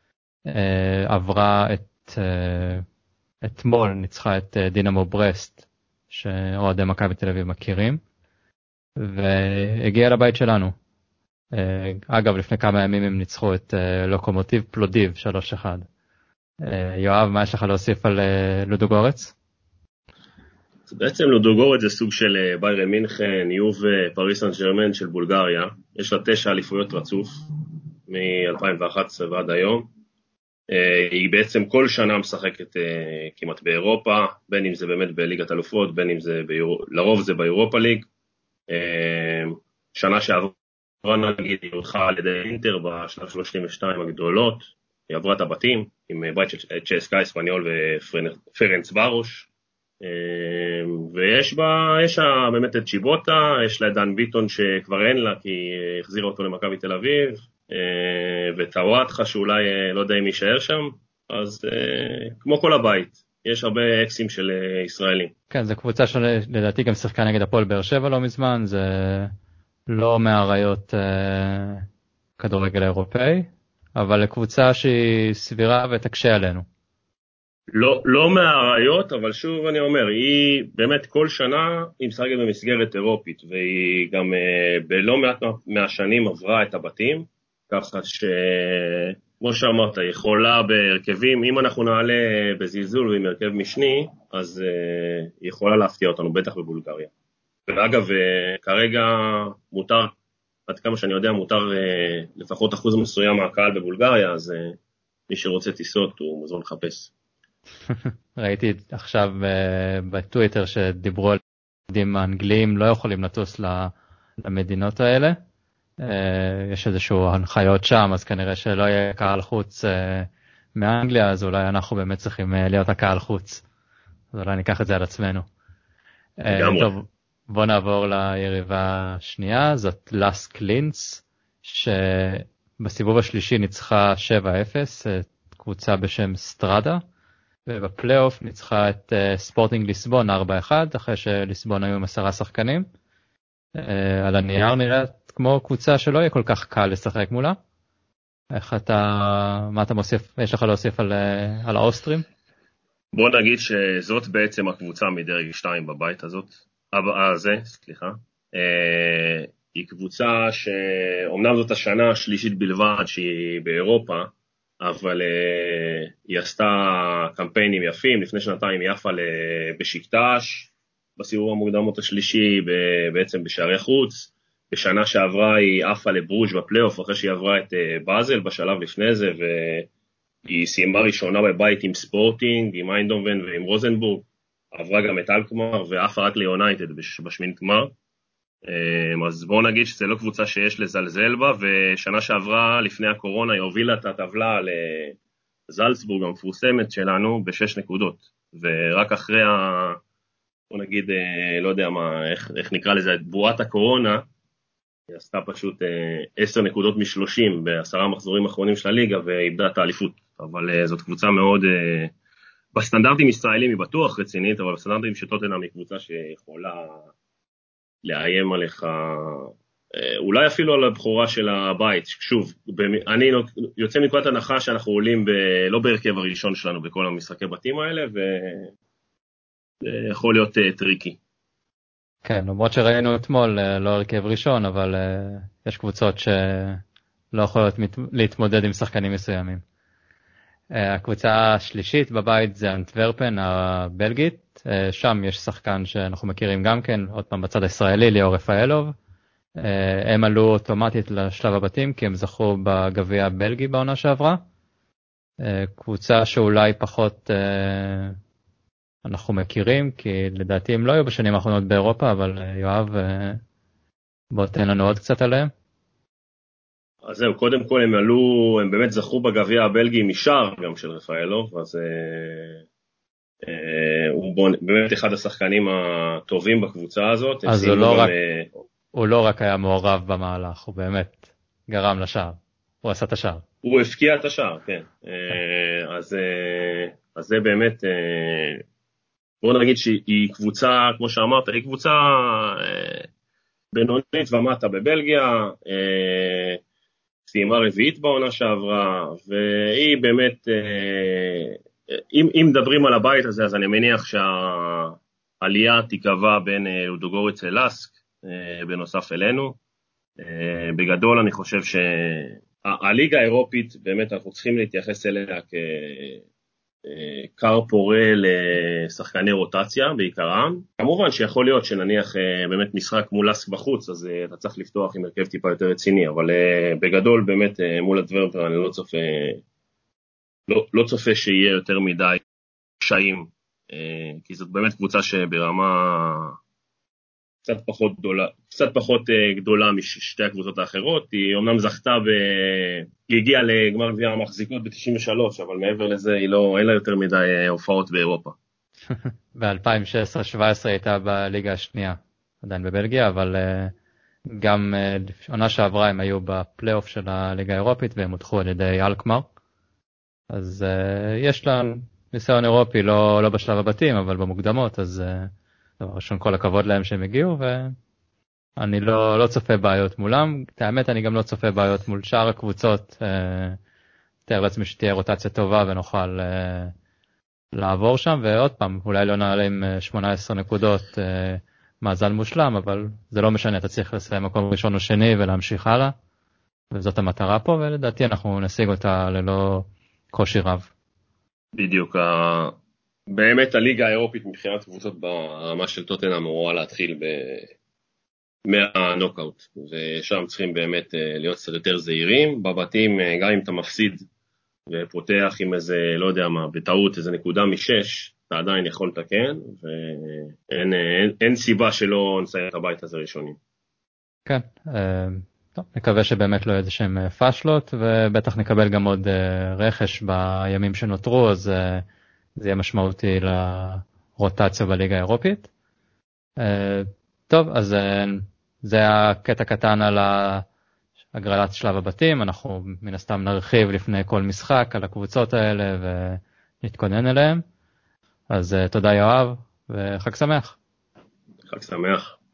עברה אתמול, ניצחה את דינמו ברסט, שאוהדי מכבי תל אביב מכירים, והגיעה לבית שלנו. אגב, לפני כמה ימים הם ניצחו את לוקומוטיב פלודיב 3-1. יואב, מה יש לך להוסיף על לודו גורץ? בעצם לודו גורץ זה סוג של ביירן מינכן, יוב פריס סן ז'רמן של בולגריה. יש לה 9 אליפויות רצוף מ-2011 ועד היום. היא בעצם כל שנה משחקת כמעט באירופה, בין אם זה באמת בליגת אלופות, בין אם זה לרוב זה באירופה ליג. שנה שעברה נגיד היא הודחה על ידי אינטר בשלב 32 הגדולות, היא עברה את הבתים עם בית של צ'סקה אספניול ופרנץ ברוש, ויש לה באמת את צ'יבוטה, יש לה את דן ביטון שכבר אין לה כי היא החזירה אותו למכבי תל אביב, וטוואטחה שאולי לא יודע אם יישאר שם, אז כמו כל הבית, יש הרבה אקסים של ישראלים. כן, זו קבוצה שלדעתי גם שיחקה נגד הפועל באר שבע לא מזמן, זה לא מהראיות כדורגל האירופאי, אבל קבוצה שהיא סבירה ותקשה עלינו. לא מהראיות, אבל שוב אני אומר, היא באמת כל שנה היא משחקת במסגרת אירופית, והיא גם בלא מעט מהשנים עברה את הבתים, ככה כמו שאמרת, יכולה בהרכבים, אם אנחנו נעלה בזלזול עם הרכב משני, אז יכולה להפתיע אותנו, בטח בבולגריה. ואגב, כרגע מותר, עד כמה שאני יודע, מותר לפחות אחוז מסוים מהקהל בבולגריה, אז מי שרוצה טיסות הוא מוזמן לחפש. ראיתי עכשיו בטוויטר שדיברו על ילדים האנגליים לא יכולים לטוס למדינות האלה. יש איזשהו הנחיות שם, אז כנראה שלא יהיה קהל חוץ מאנגליה, אז אולי אנחנו באמת צריכים להיות הקהל חוץ. אז אולי ניקח את זה על עצמנו. טוב, בוא נעבור ליריבה השנייה, זאת לס קלינץ, שבסיבוב השלישי ניצחה 7-0, קבוצה בשם סטרדה, ובפלייאוף ניצחה את ספורטינג ליסבון 4-1, אחרי שליסבון היו עם 10 שחקנים. על הנייר נראית כמו קבוצה שלא יהיה כל כך קל לשחק מולה. מה אתה מוסיף, יש לך להוסיף על האוסטרים? בוא נגיד שזאת בעצם הקבוצה מדרג 2 בבית הזאת. סליחה. היא קבוצה שאומנם זאת השנה השלישית בלבד שהיא באירופה, אבל היא עשתה קמפיינים יפים. לפני שנתיים היא עפה בשקטש, בסיבוב המוקדמות השלישי בעצם בשערי חוץ. בשנה שעברה היא עפה לברוז' בפלייאוף, אחרי שהיא עברה את באזל בשלב לפני זה, והיא סיימה ראשונה בבית עם ספורטינג, עם איינדובן ועם רוזנבורג. עברה גם את אלקמר ועפה רק ליונייטד בשמינית גמר. אז בואו נגיד שזה לא קבוצה שיש לזלזל בה, ושנה שעברה לפני הקורונה היא הובילה את הטבלה לזלצבורג המפורסמת שלנו ב6 נקודות, ורק אחרי בואו נגיד, לא יודע מה, איך נקרא לזה, בועת הקורונה, היא עשתה פשוט 10 נקודות מ-30 ב10 המחזורים האחרונים של הליגה, ואיבדה את האליפות. אבל זאת קבוצה מאוד, בסטנדרטים ישראלים היא בטוח רצינית, אבל בסטנדרטים של טוטנהאם היא קבוצה שיכולה לאיים עליך, אולי אפילו על הבחורה של הבית. שוב, אני יוצא מנקודת הנחה שאנחנו עולים לא בהרכב הראשון שלנו בכל המשחקי בתים האלה, וזה יכול להיות טריקי. כן, למרות שראינו אתמול לא הרכב ראשון, אבל יש קבוצות שלא יכולות להתמודד עם שחקנים מסוימים. הקבוצה השלישית בבית זה אנטוורפן הבלגית, שם יש שחקן שאנחנו מכירים גם כן, עוד פעם בצד הישראלי, ליאור רפאלוב. הם עלו אוטומטית לשלב הבתים כי הם זכו בגביע הבלגי בעונה שעברה. קבוצה שאולי פחות אנחנו מכירים, כי לדעתי הם לא היו בשנים האחרונות באירופה, אבל יואב, בוא תן לנו עוד קצת עליהם. אז זהו, קודם כל הם עלו, הם באמת זכו בגביע הבלגי משער גם של רפאלוב, אז הוא באמת אחד השחקנים הטובים בקבוצה הזאת. אז הוא לא רק היה מעורב במהלך, הוא באמת גרם לשער, הוא עשה את השער. הוא הפקיע את השער, כן. אז זה באמת, בוא נגיד שהיא קבוצה, כמו שאמרת, היא קבוצה בינונית ומטה בבלגיה, סיימה רביעית בעונה שעברה, והיא באמת, אם מדברים על הבית הזה, אז אני מניח שהעלייה תיקבע בין לודוגוריץ ללסק, בנוסף אלינו. בגדול אני חושב שהליגה האירופית, באמת אנחנו צריכים להתייחס אליה כקר פורה לשחקני רוטציה בעיקרם. כמובן שיכול להיות שנניח באמת משחק מול לסק בחוץ, אז אתה צריך לפתוח עם הרכב טיפה יותר רציני, אבל בגדול באמת מול אנטוורפן אני לא צופה שיהיה יותר מדי קשיים, כי זאת באמת קבוצה שברמה קצת פחות גדולה משתי הקבוצות האחרות. היא אומנם זכתה היא הגיעה לגמר גביע המחזיקות ב-93, אבל מעבר לזה אין לה יותר מדי הופעות באירופה. ב-2016-2017 הייתה בליגה השנייה, עדיין בבלגיה, אבל גם עונה שעברה הם היו בפלייאוף של הליגה האירופית, והם הודחו על ידי אלקמר. אז יש לה ניסיון אירופי, לא בשלב הבתים, אבל במוקדמות, אז דבר ראשון, כל הכבוד להם שהם הגיעו, ואני לא צופה בעיות מולם. האמת, אני גם לא צופה בעיות מול שאר הקבוצות. תאר לעצמי שתהיה רוטציה טובה ונוכל לעבור שם, ועוד פעם, אולי לא נעלה עם 18 נקודות מאזן מושלם, אבל זה לא משנה, אתה צריך לסיים מקום ראשון או שני ולהמשיך הלאה. וזאת המטרה פה, ולדעתי אנחנו נשיג אותה ללא קושי רב. בדיוק, באמת הליגה האירופית מבחינת קבוצות ברמה של טוטנהאם אמורה להתחיל מהנוקאוט, ושם צריכים באמת להיות קצת יותר זהירים. בבתים, גם אם אתה מפסיד ופותח עם איזה, לא יודע מה, בטעות איזה נקודה מ6, אתה עדיין יכול לתקן, ואין סיבה שלא נסיים את הבית הזה ראשונים. כן, טוב, נקווה שבאמת לא יהיה איזה שהם פשלות, ובטח נקבל גם עוד רכש בימים שנותרו, אז זה יהיה משמעותי לרוטציה בליגה האירופית. טוב, אז זה הקטע קטן על הגרלת שלב הבתים. אנחנו מן הסתם נרחיב לפני כל משחק על הקבוצות האלה ונתכונן אליהם. אז תודה יואב, וחג שמח. חג שמח.